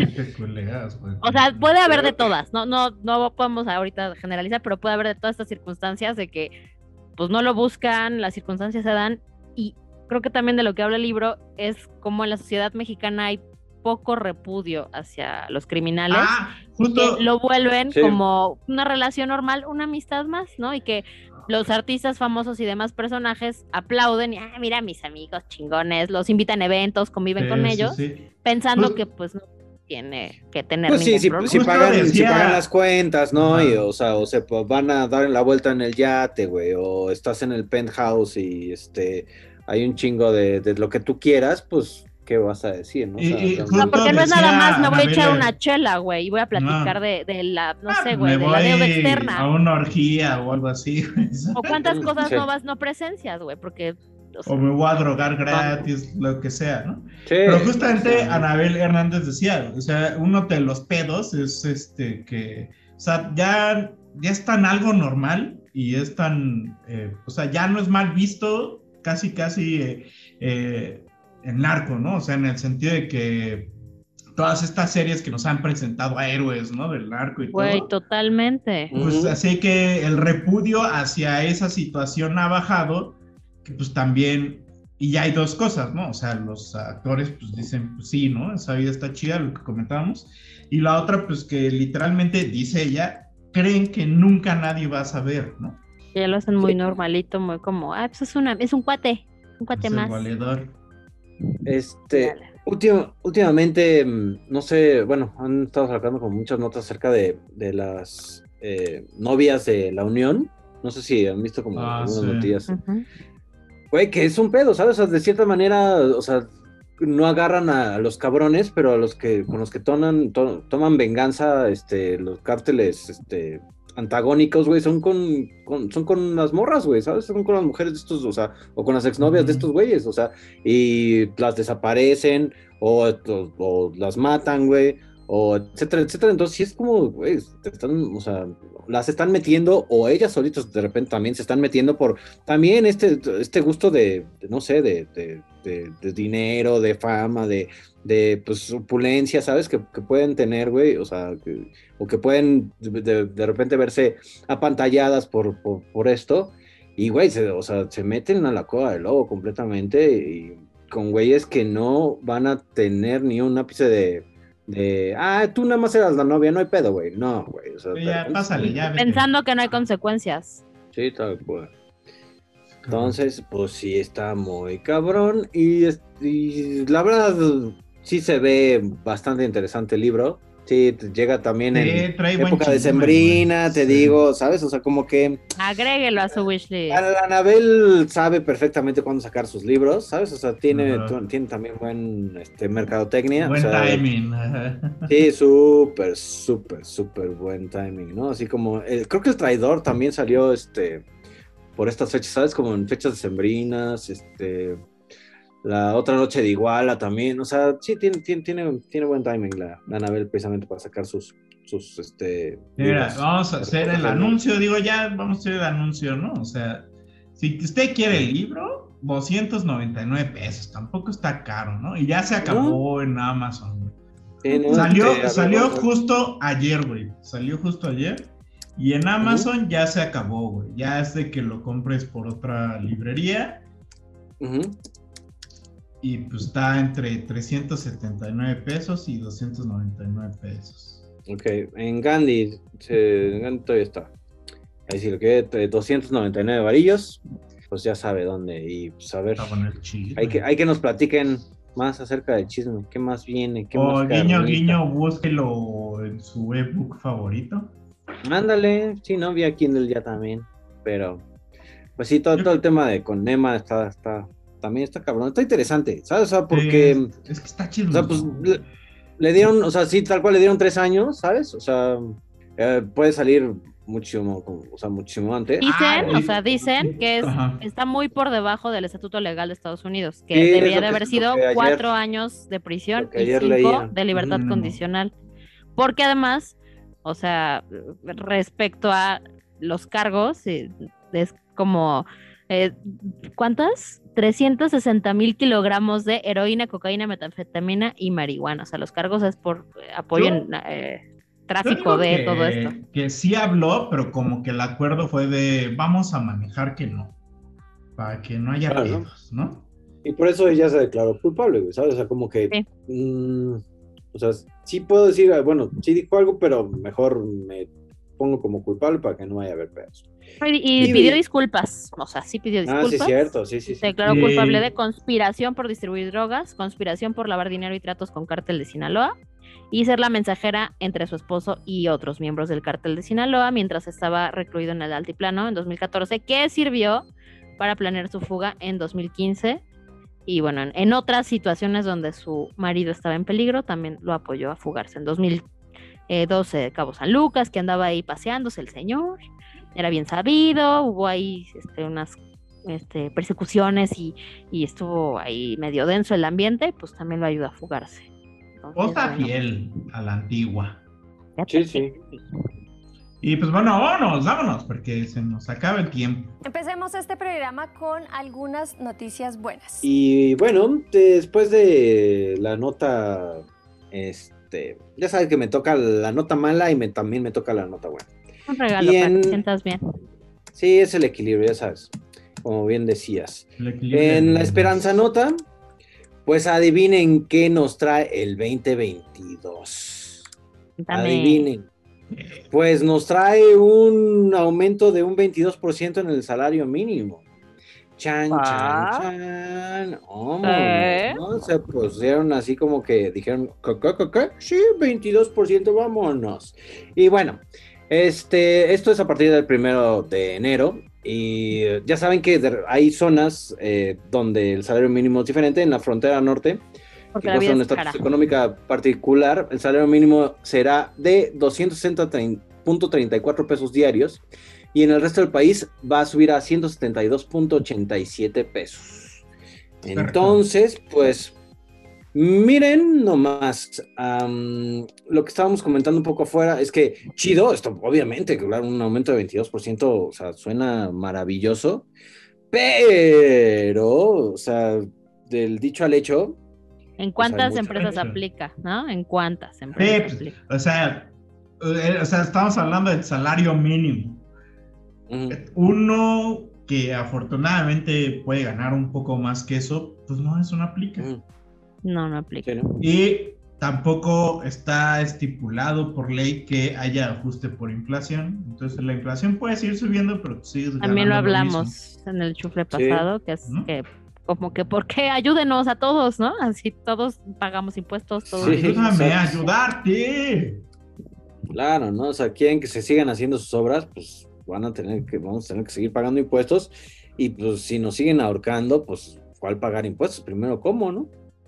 O sea, puede haber de todas, no podemos ahorita generalizar, pero puede haber de todas estas circunstancias de que, pues, no lo buscan, las circunstancias se dan, y creo que también de lo que habla el libro es como en la sociedad mexicana hay poco repudio hacia los criminales, justo que lo vuelven como una relación normal, una amistad más, ¿no? Y que los artistas famosos y demás personajes aplauden y, mira, mis amigos chingones, los invitan a eventos, conviven con ellos, pensando que pues no tiene que tener pues ningún problema. Si pagan las cuentas, ¿no? Ajá. Y, o sea, pues van a dar la vuelta en el yate, güey, o estás en el penthouse y hay un chingo de lo que tú quieras, pues ¿qué vas a decir? ¿No? O sea, no, porque no es nada más, me voy a echar una chela, güey, y voy a platicar de la, no sé, güey, de la deuda externa. A una orgía o algo así. O cuántas cosas no presencias, güey, porque... O me voy a drogar gratis, lo que sea, ¿no? Sí, pero justamente Anabel Hernández decía, o sea, uno de los pedos es que, o sea, ya es tan algo normal y es tan, o sea, ya no es mal visto, casi, el narco, ¿no? O sea, en el sentido de que todas estas series que nos han presentado a héroes, ¿no? Del narco y todo. Güey, totalmente. Pues así que el repudio hacia esa situación ha bajado, que pues también, y ya hay dos cosas, ¿no? O sea, los actores pues dicen, pues sí, ¿no? Esa vida está chida, lo que comentábamos. Y la otra, pues que literalmente, dice ella, creen que nunca nadie va a saber, ¿no? Ya lo hacen muy normalito, muy como, pues es un cuate más. Valedor. Últimamente, no sé, bueno, han estado sacando como muchas notas acerca de las novias de la Unión. No sé si han visto como algunas noticias. Güey, que es un pedo, ¿sabes? O sea, de cierta manera, o sea, no agarran a los cabrones, pero a los que con los que toman venganza, los cárteles, antagónicos, güey, son con las morras, güey, ¿sabes? Son con las mujeres de estos, o sea, o con las exnovias de estos güeyes, o sea, y las desaparecen, o las matan, güey, o etcétera, etcétera. Entonces, sí es como, güey, o sea, las están metiendo, o ellas solitas de repente también se están metiendo por también este gusto de no sé, de dinero, de fama, de pues opulencia, ¿sabes? Que pueden tener, güey, o sea, que pueden de repente verse apantalladas por esto, y güey, se meten a la cueva del lobo completamente, y con güeyes que no van a tener ni un ápice de tú nada más eras la novia, no hay pedo, güey. No, güey. O sea, ya, pásale, ya. Pensando que no hay consecuencias. Sí, tal cual. Entonces, pues sí está muy cabrón. Y la verdad, sí se ve bastante interesante el libro. Sí, llega también trae en buen época chisme, decembrina, güey. te Sí. digo, ¿sabes? O sea, como que Agréguelo a su wishlist. la Anabel sabe perfectamente cuándo sacar sus libros, ¿sabes? O sea, tiene Ajá. también buen mercadotecnia. Buen o sea, timing. Sí, súper, súper, súper buen timing, ¿no? Así como, creo que El Traidor también salió, por estas fechas, ¿sabes? Como en fechas decembrinas, La Otra Noche de Iguala también, o sea, sí, tiene buen timing la Anabel precisamente para sacar sus Mira, libros. vamos a hacer el anuncio, digo, ya vamos a hacer el anuncio, ¿no? O sea, si usted quiere el libro, 299 pesos, tampoco está caro, ¿no? Y ya se acabó en Amazon, güey. Sí, ¿no? Salió justo ayer, güey. Salió justo ayer. Y en Amazon ya se acabó, güey. Ya es de que lo compres por otra librería. Y pues está entre 379 pesos y 299 pesos. Ok, en Gandhi todavía está. Ahí sí lo que 299 varillos, pues ya sabe dónde. Y pues a ver, hay que nos platiquen más acerca del chisme. ¿Qué más viene? ¿Qué más guiño, búsquelo en su ebook favorito. Ándale, sí, no, vi a Kindle ya también. Pero, pues sí, todo el tema de con Nema también está cabrón. Está interesante, ¿sabes? O sea, porque... es que está chido. O sea, pues le dieron, o sea, sí, tal cual le dieron 3 años, ¿sabes? O sea, puede salir muchísimo antes. Dicen que está muy por debajo del estatuto legal de Estados Unidos, que sí, debería de haber sido 4 años de prisión y 5 de libertad condicional. Porque además, o sea, respecto a los cargos, es como, ¿cuántas? 360,000 kilogramos de heroína, cocaína, metanfetamina y marihuana. O sea, los cargos es por apoyo en tráfico de todo esto. Que sí habló, pero como que el acuerdo fue de vamos a manejar que no, para que no haya pedos, ¿no? Y por eso ella se declaró culpable, ¿sabes? O sea, como que, o sea, sí puedo decir, bueno, sí dijo algo, pero mejor me pongo como culpable para que no vaya a haber pedos. Y pidió disculpas, o sea, sí pidió disculpas. Sí, cierto, sí. Se declaró culpable de conspiración por distribuir drogas, conspiración por lavar dinero y tratos con Cártel de Sinaloa, y ser la mensajera entre su esposo y otros miembros del Cártel de Sinaloa mientras estaba recluido en el Altiplano en 2014, que sirvió para planear su fuga en 2015. Y bueno, en otras situaciones donde su marido estaba en peligro, también lo apoyó a fugarse. En 2012, Cabo San Lucas, que andaba ahí paseándose el señor, era bien sabido, hubo ahí unas persecuciones y estuvo ahí medio denso el ambiente, pues también lo ayudó a fugarse. Osa fiel a la antigua. Sí. Y pues bueno, vámonos, porque se nos acaba el tiempo. Empecemos este programa con algunas noticias buenas. Y bueno, después de la nota, ya sabes que me toca la nota mala y también me toca la nota buena. Un regalo para que te sientas bien. Sí, es el equilibrio, ya sabes, como bien decías. En la esperanza nota, pues adivinen qué nos trae el 2022. Adivinen. Pues nos trae un aumento de un 22% en el salario mínimo. Chan. ¿No? Se pusieron así como que dijeron, ¿qué? Sí, 22%, vámonos. Y bueno, esto es a partir del 1 de enero. Y ya saben que hay zonas donde el salario mínimo es diferente. En la frontera norte, porque que goza de una estatus económica particular, el salario mínimo será de 260.34 pesos diarios, y en el resto del país va a subir a 172.87 pesos. Entonces, pues, miren nomás, lo que estábamos comentando un poco afuera es que chido, esto obviamente, claro, un aumento de 22%, o sea, suena maravilloso, pero, o sea, del dicho al hecho, ¿en cuántas empresas aplica, no? ¿En cuántas empresas aplica? O sea, estamos hablando del salario mínimo. Uno que afortunadamente puede ganar un poco más que eso, pues no aplica. No aplica. Y tampoco está estipulado por ley que haya ajuste por inflación. Entonces la inflación puede seguir subiendo, pero sigues ganando. También lo hablamos en el chufle pasado, que es que como que, ¿por qué? Ayúdenos a todos, ¿no? Así todos pagamos impuestos, todos. Sí, Ayúdame a exacto. ayudarte. Claro, ¿no? O sea, quieren que se sigan haciendo sus obras, pues vamos a tener que seguir pagando impuestos, y pues si nos siguen ahorcando, pues ¿cuál pagar impuestos? Primero, ¿cómo, no?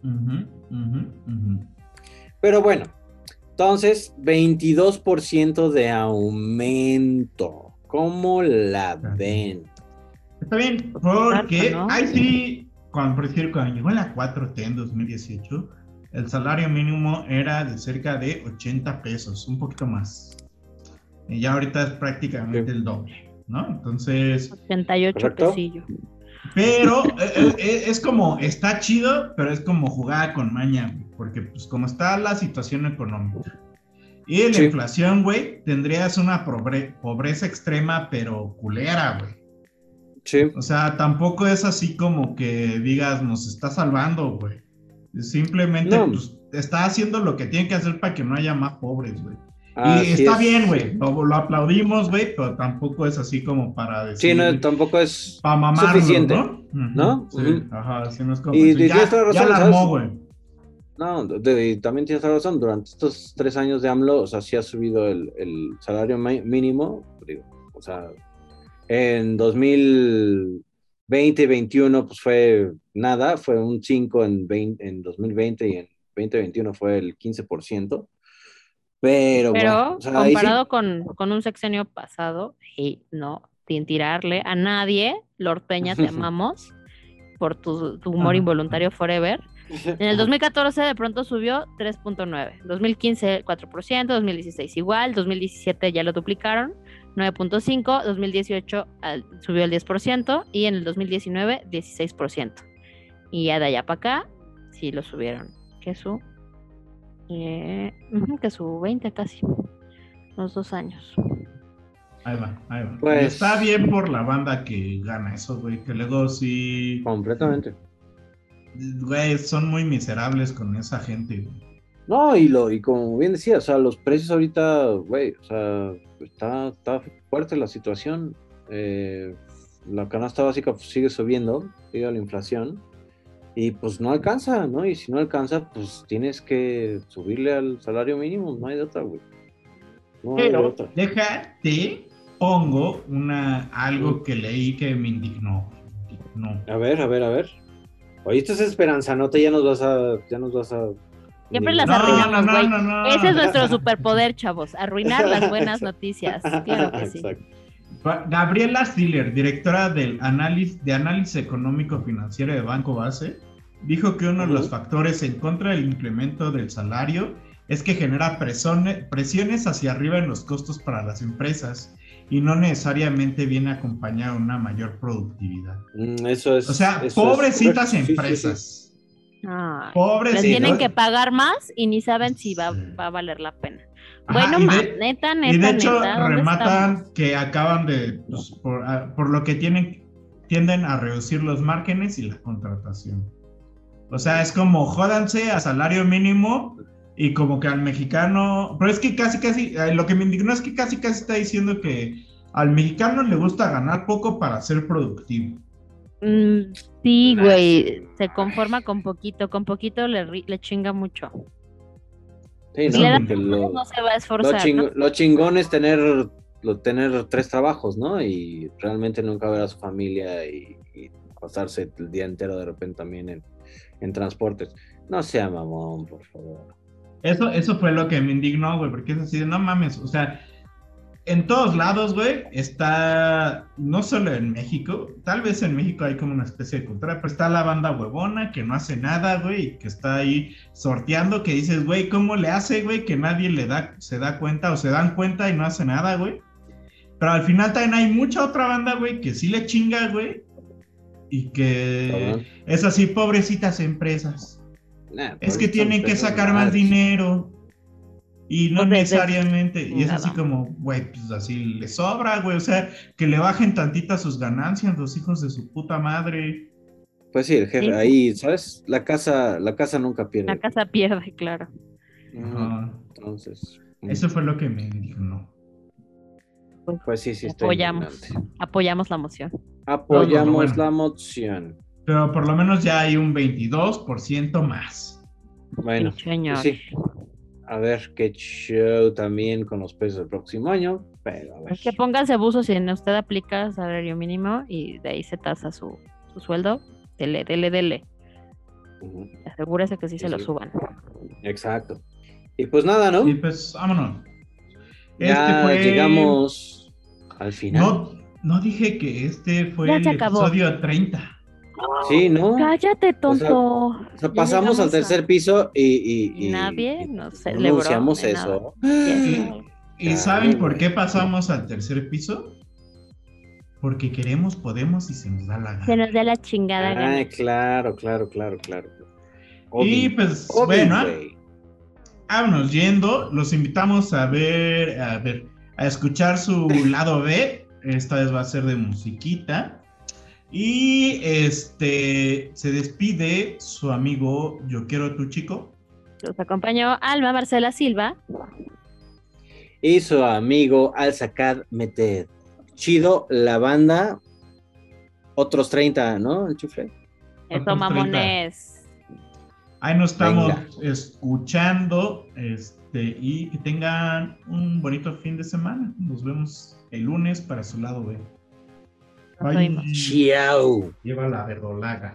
Pero bueno, entonces, 22% de aumento. ¿Cómo la ven? Está bien, porque ahí sí, por decir, cuando llegó la 4T en 2018, el salario mínimo era de cerca de 80 pesos, un poquito más. Y ya ahorita es prácticamente el doble, ¿no? Entonces... 88 pesillos. Pero es como, está chido, pero es como jugar con maña, güey, porque pues como está la situación económica y la inflación, güey, tendrías una pobreza extrema, pero culera, güey. Sí. O sea, tampoco es así como que digas, nos está salvando, güey. Simplemente, pues, está haciendo lo que tiene que hacer para que no haya más pobres, güey. Y está bien, güey, lo aplaudimos, güey, pero tampoco es así como para decir... Sí, no, tampoco es para mamarlo, suficiente, ¿no? Sí, ajá, sí, no es como... Y tienes toda la razón, ya la armó, güey. No, y también tienes toda la razón, durante estos 3 años de AMLO, o sea, sí ha subido el salario mínimo, digo, o sea, en 2020 y 2021, pues fue nada, fue un 5 en 2020 y en 2021 fue el 15%. Pero bueno, o sea, comparado sí, con un sexenio pasado, y no, sin tirarle a nadie, Lord Peña, te amamos por tu humor involuntario forever. En el 2014 de pronto subió 3.9, 2015 4%, 2016 igual, 2017 ya lo duplicaron, 9.5, 2018 subió el 10% y en el 2019 16%. Y ya de allá para acá sí lo subieron, que su 20 casi, los 2 años. Ahí va. Pues... Y está bien por la banda que gana eso, güey, que luego sí... Completamente. Güey, son muy miserables con esa gente, güey. No, y como bien decía, o sea, los precios ahorita, güey, o sea, está fuerte la situación. La canasta básica pues, sigue subiendo, sigue la inflación. Y pues no alcanza, ¿no? Y si no alcanza, pues tienes que subirle al salario mínimo, no hay de otra, güey. No hay de otra. Déjate, pongo algo que leí que me indignó. No. A ver. Oye, esto es esperanzanote, ya nos vas a... Siempre las arruinamos, güey. No. Ese es nuestro superpoder, chavos, arruinar las buenas noticias. Claro que sí. Exacto. Gabriela Stiller, directora del análisis económico financiero de Banco Base, dijo que uno de los factores en contra del incremento del salario es que genera presiones hacia arriba en los costos para las empresas y no necesariamente viene acompañado de una mayor productividad. Eso es. O sea, pobrecitas empresas. Sí. Pobrecitas. Les tienen que pagar más y ni saben si va a valer la pena. Bueno, neta. Y de hecho, rematan que acaban de, pues, por lo que tienden a reducir los márgenes y la contratación. O sea, es como jódanse a salario mínimo y como que al mexicano, pero es que casi, lo que me indignó es que casi está diciendo que al mexicano le gusta ganar poco para ser productivo. Sí, güey, se conforma con poquito le chinga mucho. Sí, no se va a esforzar. Lo chingón es tener 3 trabajos, ¿no? Y realmente nunca ver a su familia y pasarse el día entero de repente también en transportes. No sea mamón, por favor. Eso fue lo que me indignó, güey, porque es así de no mames, o sea, en todos lados, güey, está, no solo en México, tal vez en México hay como una especie de cultura, pero está la banda huevona que no hace nada, güey, que está ahí sorteando, que dices, güey, ¿cómo le hace, güey, que nadie se da cuenta o se dan cuenta y no hace nada, güey? Pero al final también hay mucha otra banda, güey, que sí le chinga, güey, y que es así, pobrecitas empresas. Es que tienen que sacar más dinero. Y no necesariamente, y es así como, güey, pues así le sobra, güey, o sea, que le bajen tantita sus ganancias los hijos de su puta madre. Pues sí, el jefe, sí. Ahí, ¿sabes? La casa nunca pierde. La casa pierde, claro. Entonces. Eso fue lo que me indignó. Pues sí, apoyamos la moción. Apoyamos la moción. pero por lo menos ya hay un 22% más. Bueno, Sí, señor. pues sí. A ver qué show también con los pesos del próximo año, pero a ver. Es que pónganse buzos si usted aplica salario mínimo y de ahí se tasa su sueldo. Dele. Ujú. Asegúrese que sí se lo Sí. suban. Exacto. Y pues nada, ¿no? Y pues, vámonos. Ya llegamos al final. No dije que este fue Ya el se acabó. episodio 30. Sí, ¿no? Cállate, tonto. O sea, Ya pasamos al llegamos tercer piso y nadie y nos no celebró. anunciamos ni eso. nada. ¿Y saben por qué pasamos al tercer piso? Porque queremos, podemos y se nos da la Se gana. nos da la chingada gana. Ay, claro. Y pues, bueno, vámonos yendo. Los invitamos a escuchar su lado B. Esta vez va a ser de musiquita. Y se despide su amigo Yo Quiero Tu Chico. Los acompañó Alma Marcela Silva. Y su amigo Al-Sakad Meted. Chido, la banda. Otros 30, ¿no? El chufle. Eso, mamones. Ahí nos estamos Venga. escuchando. Y que tengan un bonito fin de semana. Nos vemos el lunes para su lado B. Nos oímos. Chao. Lleva la verdolaga.